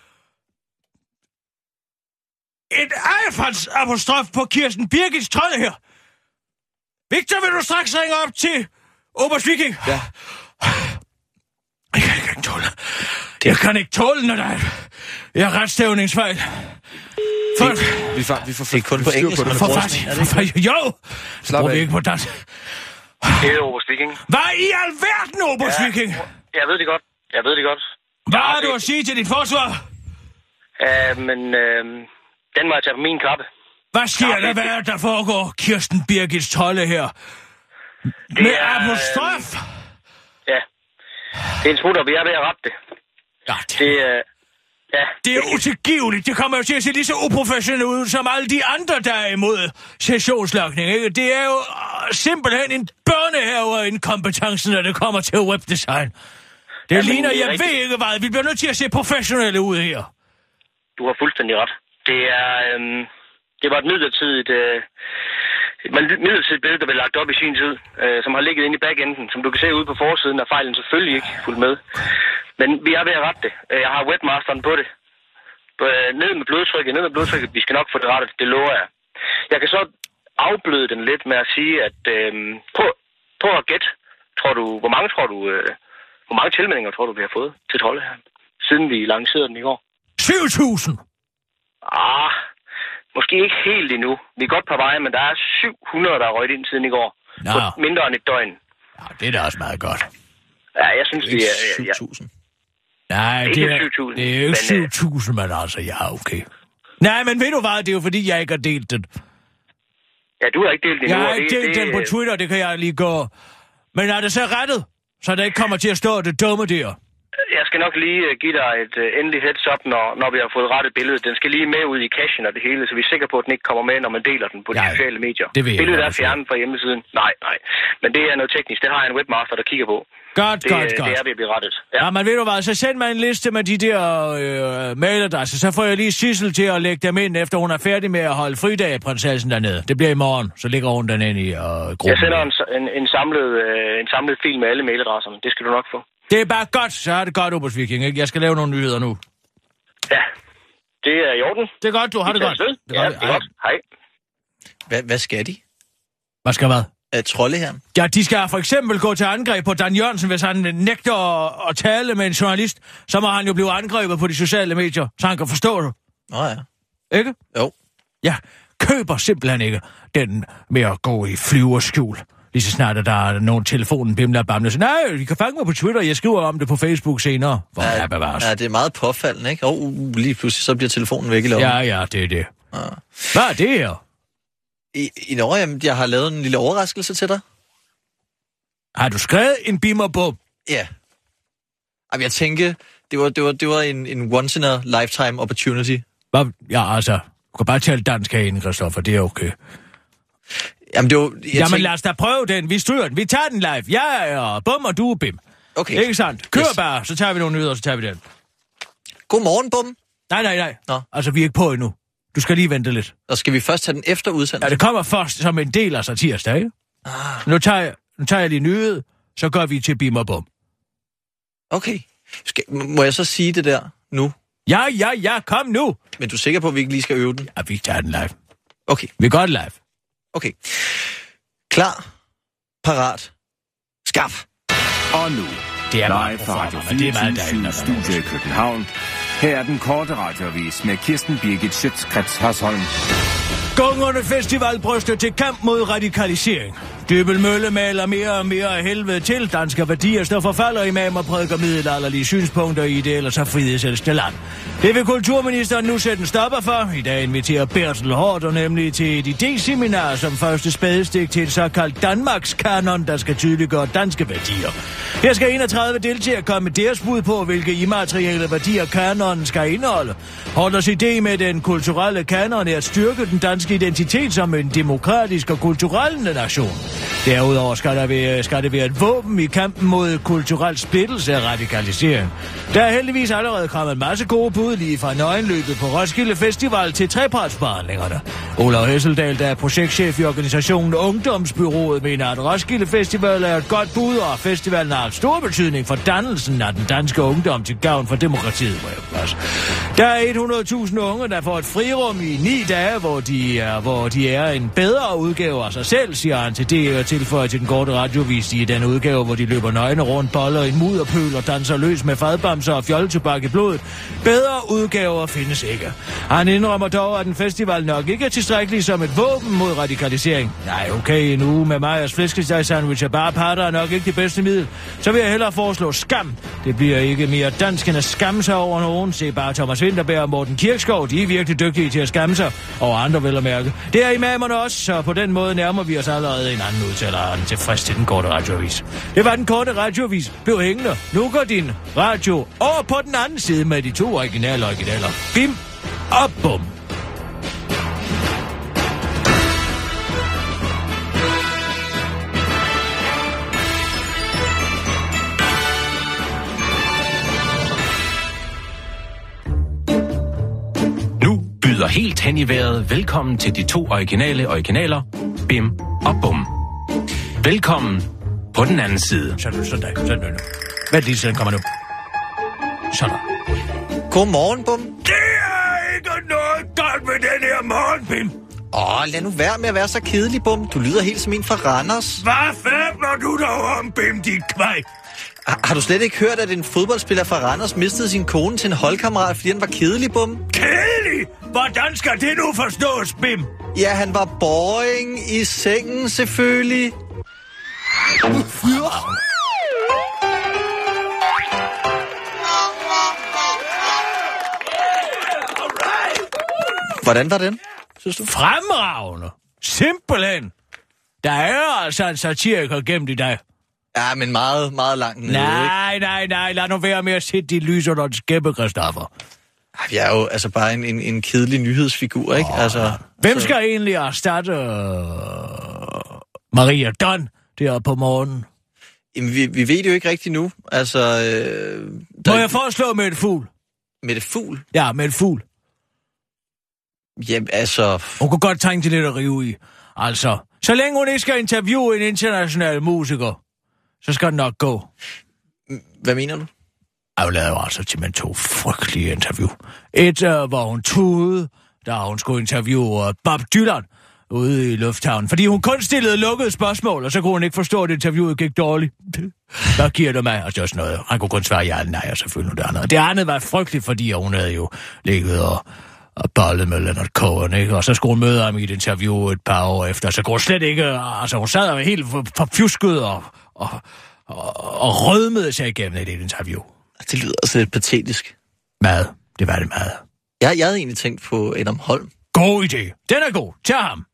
Et alfans-apostrof på Kirsten Birgits trolde her. Victor, vil du straks ringe op til Oberst Viking? Ja. Jeg kan ikke tåle. Jeg kan ikke tåle, når der er, jeg er retstævningsfejl. For... Vi, vi, får, vi får det er kun på engelsk. For fat. Jo! Så bruger vi ikke på dansk. Det er Oberst Viking. Hvad i alverden, Oberst ja, Viking? Jeg ved det godt. Jeg ved det godt. Hvad har du at sige til dit forsvar? Uh, men uh, den må jeg tage på min kappe. Hvad sker der, hvad er der foregår, Kirsten Birgits trolde her? Det med er, apostrof? Øh, ja. Det er en smut op, jeg er ved at rette det. Ja, det... Det, øh, ja. det er utilgiveligt. Det kommer jo til at se lige så uprofessionelt ud, som alle de andre, der er imod sessionslogning, ikke? Det er jo øh, simpelthen en børnehave inkompetence, når det kommer til webdesign. Det ja, ligner, jeg rigtig... ved ikke hvad. Vi bliver nødt til at se professionelle ud her. Du har fuldstændig ret. Det er... Øh... Det var et midlertidigt, øh, et midlertidigt billede, der blev lagt op i sin tid, øh, som har ligget inde i backenden. Som du kan se ude på forsiden, er fejlen selvfølgelig ikke fuldt med. Men vi er ved at rette det. Jeg har webmasteren på det. Øh, ned med blodtrykket, ned med blodtrykket. Vi skal nok få det rettet, det lover jeg. Jeg kan så afbløde den lidt med at sige, at øh, prøv, prøv at gætte. Tror du, hvor mange tror du, øh, hvor mange tilmeldinger tror du, vi har fået til trolde her, siden vi lancerede den i går? syv tusind! Ah... Måske ikke helt endnu. Vi er godt på vej, men der er syv hundrede, der er røget ind siden i går. Nå. På mindre end et døgn. Ja, det er da også meget godt. Ja, jeg synes, det er... syv tusind. Ja. Nej, det er, det er jo ikke syv tusind, men altså, ja, okay. Nej, men ved du hvad, det er jo fordi, jeg ikke har delt den. Ja, du har ikke delt den endnu. Jeg har ikke det, delt det, den på Twitter, det kan jeg lige gå. Men er det så rettet, så det ikke kommer til at stå det dumme der? Jeg skal nok lige give dig et uh, endeligt heads up, når, når vi har fået rettet billedet. Den skal lige med ud i cachen og det hele, så vi er sikre på, at den ikke kommer med, når man deler den på de ja, sociale medier. Det vil jeg billedet er fjernet fra hjemmesiden. Nej, nej. Men det er noget teknisk. Det har jeg en webmaster, der kigger på. Godt, det, godt, godt. Det er ved at blive rettet. Ja, ja men ved du hvad, så send mig en liste med de der øh, mailadresser, så får jeg lige Sissel til at lægge dem ind, efter hun er færdig med at holde fridag, prinsessen dernede. Det bliver i morgen, så ligger hun dernede i øh, gruppen. Jeg sender en, en, en, samlet, øh, en samlet fil med alle mailadresserne. Det skal du nok få. Det er bare godt, så er det godt, Obers Viking, ikke? Jeg skal lave nogle nyheder nu. Ja, det er i orden. Det er godt, du har det godt. Det er ja, det er godt. Hej. Hvad, hvad skal de? Hvad skal hvad? Af troldeherren? Ja, de skal for eksempel gå til angreb på Dan Jørgensen, hvis han nægter at, at tale med en journalist, så må han jo blive angrebet på de sociale medier, så han kan forstå det. Nå ja. Ikke? Jo. Ja, køber simpelthen ikke den med at gå i flyverskjul. Lige så snart, at der er nogen telefonen bimler bamler. Så nej, I kan fange mig på Twitter, jeg skriver om det på Facebook senere. Hvor ja, er bevares. Ja, det er meget påfaldende, ikke? Og uh, lige pludselig så bliver telefonen væk i lommen. Ja, ja, det er det. Ja. Hvad er det her? I, i Norge, jamen, jeg har lavet en lille overraskelse til dig. Har du skrevet en bimmerbom? Ja. Jamen, jeg tænker, det var, det var, det var en, en once-in-a-lifetime opportunity. Hvad? Ja, altså, du kan bare tale dansk herinde, Christoffer, det er okay. Jamen, det var... Jamen, tænk... lad os da prøve den. Vi styrer den. Vi tager den live. Jeg er bum, og du er bim. Okay. Ikke sandt? Kør yes. bare, så tager vi nogle nyheder, så tager vi den. Godmorgen, bum. Nej, nej, nej. Nå. Altså, vi er ikke på endnu. Du skal lige vente lidt. Og skal vi først tage den efter udsendelsen? Ja, det kommer først som en del af satirsdag, ikke? Ah. Nu tager jeg, nu tager jeg lige nyhed, så går vi til bim og bum. Okay. Skal, må jeg så sige det der nu? Ja, ja, ja, kom nu. Men du er sikker på, at vi ikke lige skal øve den? Ja, vi tager den live. Okay. Vi gør det live. Okay. Klar. Parat. Skaf. Og nu, det er live fra Radio fireogtyve Studio i København. Her er den korte radioavis med Kirsten Birgit Schøtz-Krets Hørsholm. Gungerne Festival bryster til kamp mod radikalisering. Dybel Mølle maler mere og mere af helvede til. Danske værdier står for fald, og imamer prædiker middelalderlige synspunkter i det ellers så frihedselskende land. Det vil kulturministeren nu sætte en stopper for. I dag inviterer Bertel Haarder nemlig til et idéseminar som første spadestik til et såkaldt Danmarks-kanon, der skal tydeliggøre danske værdier. Her skal enogtredive deltagere komme med deres bud på, hvilke immaterielle værdier kanonen skal indeholde. Haarders idé med den kulturelle kanon er at styrke den danske identitet som en demokratisk og kulturel nation. Derudover skal, der være, skal det være et våben i kampen mod kulturel splittelse og radikalisering. Der er heldigvis allerede kommet en masse gode bud lige fra nøgenløbet på Roskilde Festival til trepartsforhandlingerne. Olav Hesseldal, der er projektchef i organisationen Ungdomsbyrået, mener, at Roskilde Festival er et godt bud, og festivalen har en stor betydning for dannelsen af den danske ungdom til gavn for demokratiet. Der er hundrede tusind unge, der får et frirum i ni dage, hvor de er, hvor de er en bedre udgave af sig selv, siger han til det og tilføjer til den korte radiovis i den udgave, hvor de løber nøgne rundt, boller i en mudderpøl og danser løs med fadbamser og fjolletobak i blodet. Bedre udgaver findes ikke. Han indrømmer dog, at en festival nok ikke er tilstrækkelig som et våben mod radikalisering. Nej, okay, en uge med Majers flæskestegsandwich og bare patter er nok ikke det bedste middel. Så vil jeg hellere foreslå skam. Det bliver ikke mere dansk end at skamme sig over nogen. Se bare Thomas Vinterberg og Morten Kirkskov, de er virkelig dygtige til at skamme sig. Og andre vil at mærke. Det er imamerne også, så på den måde nærmer vi os allerede en anden udtaler den tilfreds til den korte radioavis. Det var den korte radioavis. Bliv hængende. Nu går din radio over på den anden side med de to originale originaler. Bim og bum. Nu byder helt hen i vejret velkommen til de to originale originaler, Bim og Bum. Velkommen på den anden side. Sådan, sådan, sådan, sådan. Vent lige, så den kommer nu. Sådan. Godmorgen, Bum. Det er ikke noget godt med den her morgen, Bim. Åh, lad nu være med at være så kedelig, Bum. Du lyder helt som en fra Randers. Hvad fabler du dog om, Bim, dit kvej? Har, har du slet ikke hørt, at en fodboldspiller fra Randers mistede sin kone til en holdkammerat, fordi han var kedelig, Bum? Kedelig? Hvordan skal det nu forstås, Bim? Ja, han var boring i sengen, selvfølgelig. Hvordan var den, synes du? Fremragende. Simpelthen. Der er altså en satiriker gemt i dig. Ja, men meget, meget langt nede, Nej, nej, nej, lad nu være med at sætte dit lys under en skæppe, Christoffer. Vi er jo altså bare en, en, en kedelig nyhedsfigur, ikke? Oh. Altså, Hvem så... skal egentlig erstatte uh, Maria Don der på morgenen? Jamen, vi, vi ved det jo ikke rigtigt nu. Altså, øh, Må jeg foreslå med et fugl? Med et fugl? Ja, med et fugl. Jamen, altså... Hun kunne godt trænge til lidt at rive i. Altså, så længe hun ikke skal interviewe en international musiker, så skal den nok gå. Hvad mener du? Jeg lavede altså til man to frygtelige interview. Et, uh, hvor hun tudede, da hun skulle interviewe uh, Bob Dylan ude i lufthavnen. Fordi hun kun stillede lukkede spørgsmål, og så kunne hun ikke forstå, at interviewet gik dårligt. Hvad giver det mig? Og det var sådan noget. Han kunne kun svare ja eller nej, og selvfølgelig det andet. Det andet var frygteligt, fordi hun havde jo ligget og, og bollet med Leonard Cohen, ikke? Og så skulle hun møde ham i et interview et par år efter. Så kunne hun slet ikke... Altså, hun sad jo helt forfjusket og, og, og, og rødmede sig igennem et interview. Det lyder altså lidt patetisk. Mad. Det var det mad. Jeg, jeg havde egentlig tænkt på Adam Holm. God idé. Den er god. Tag ham.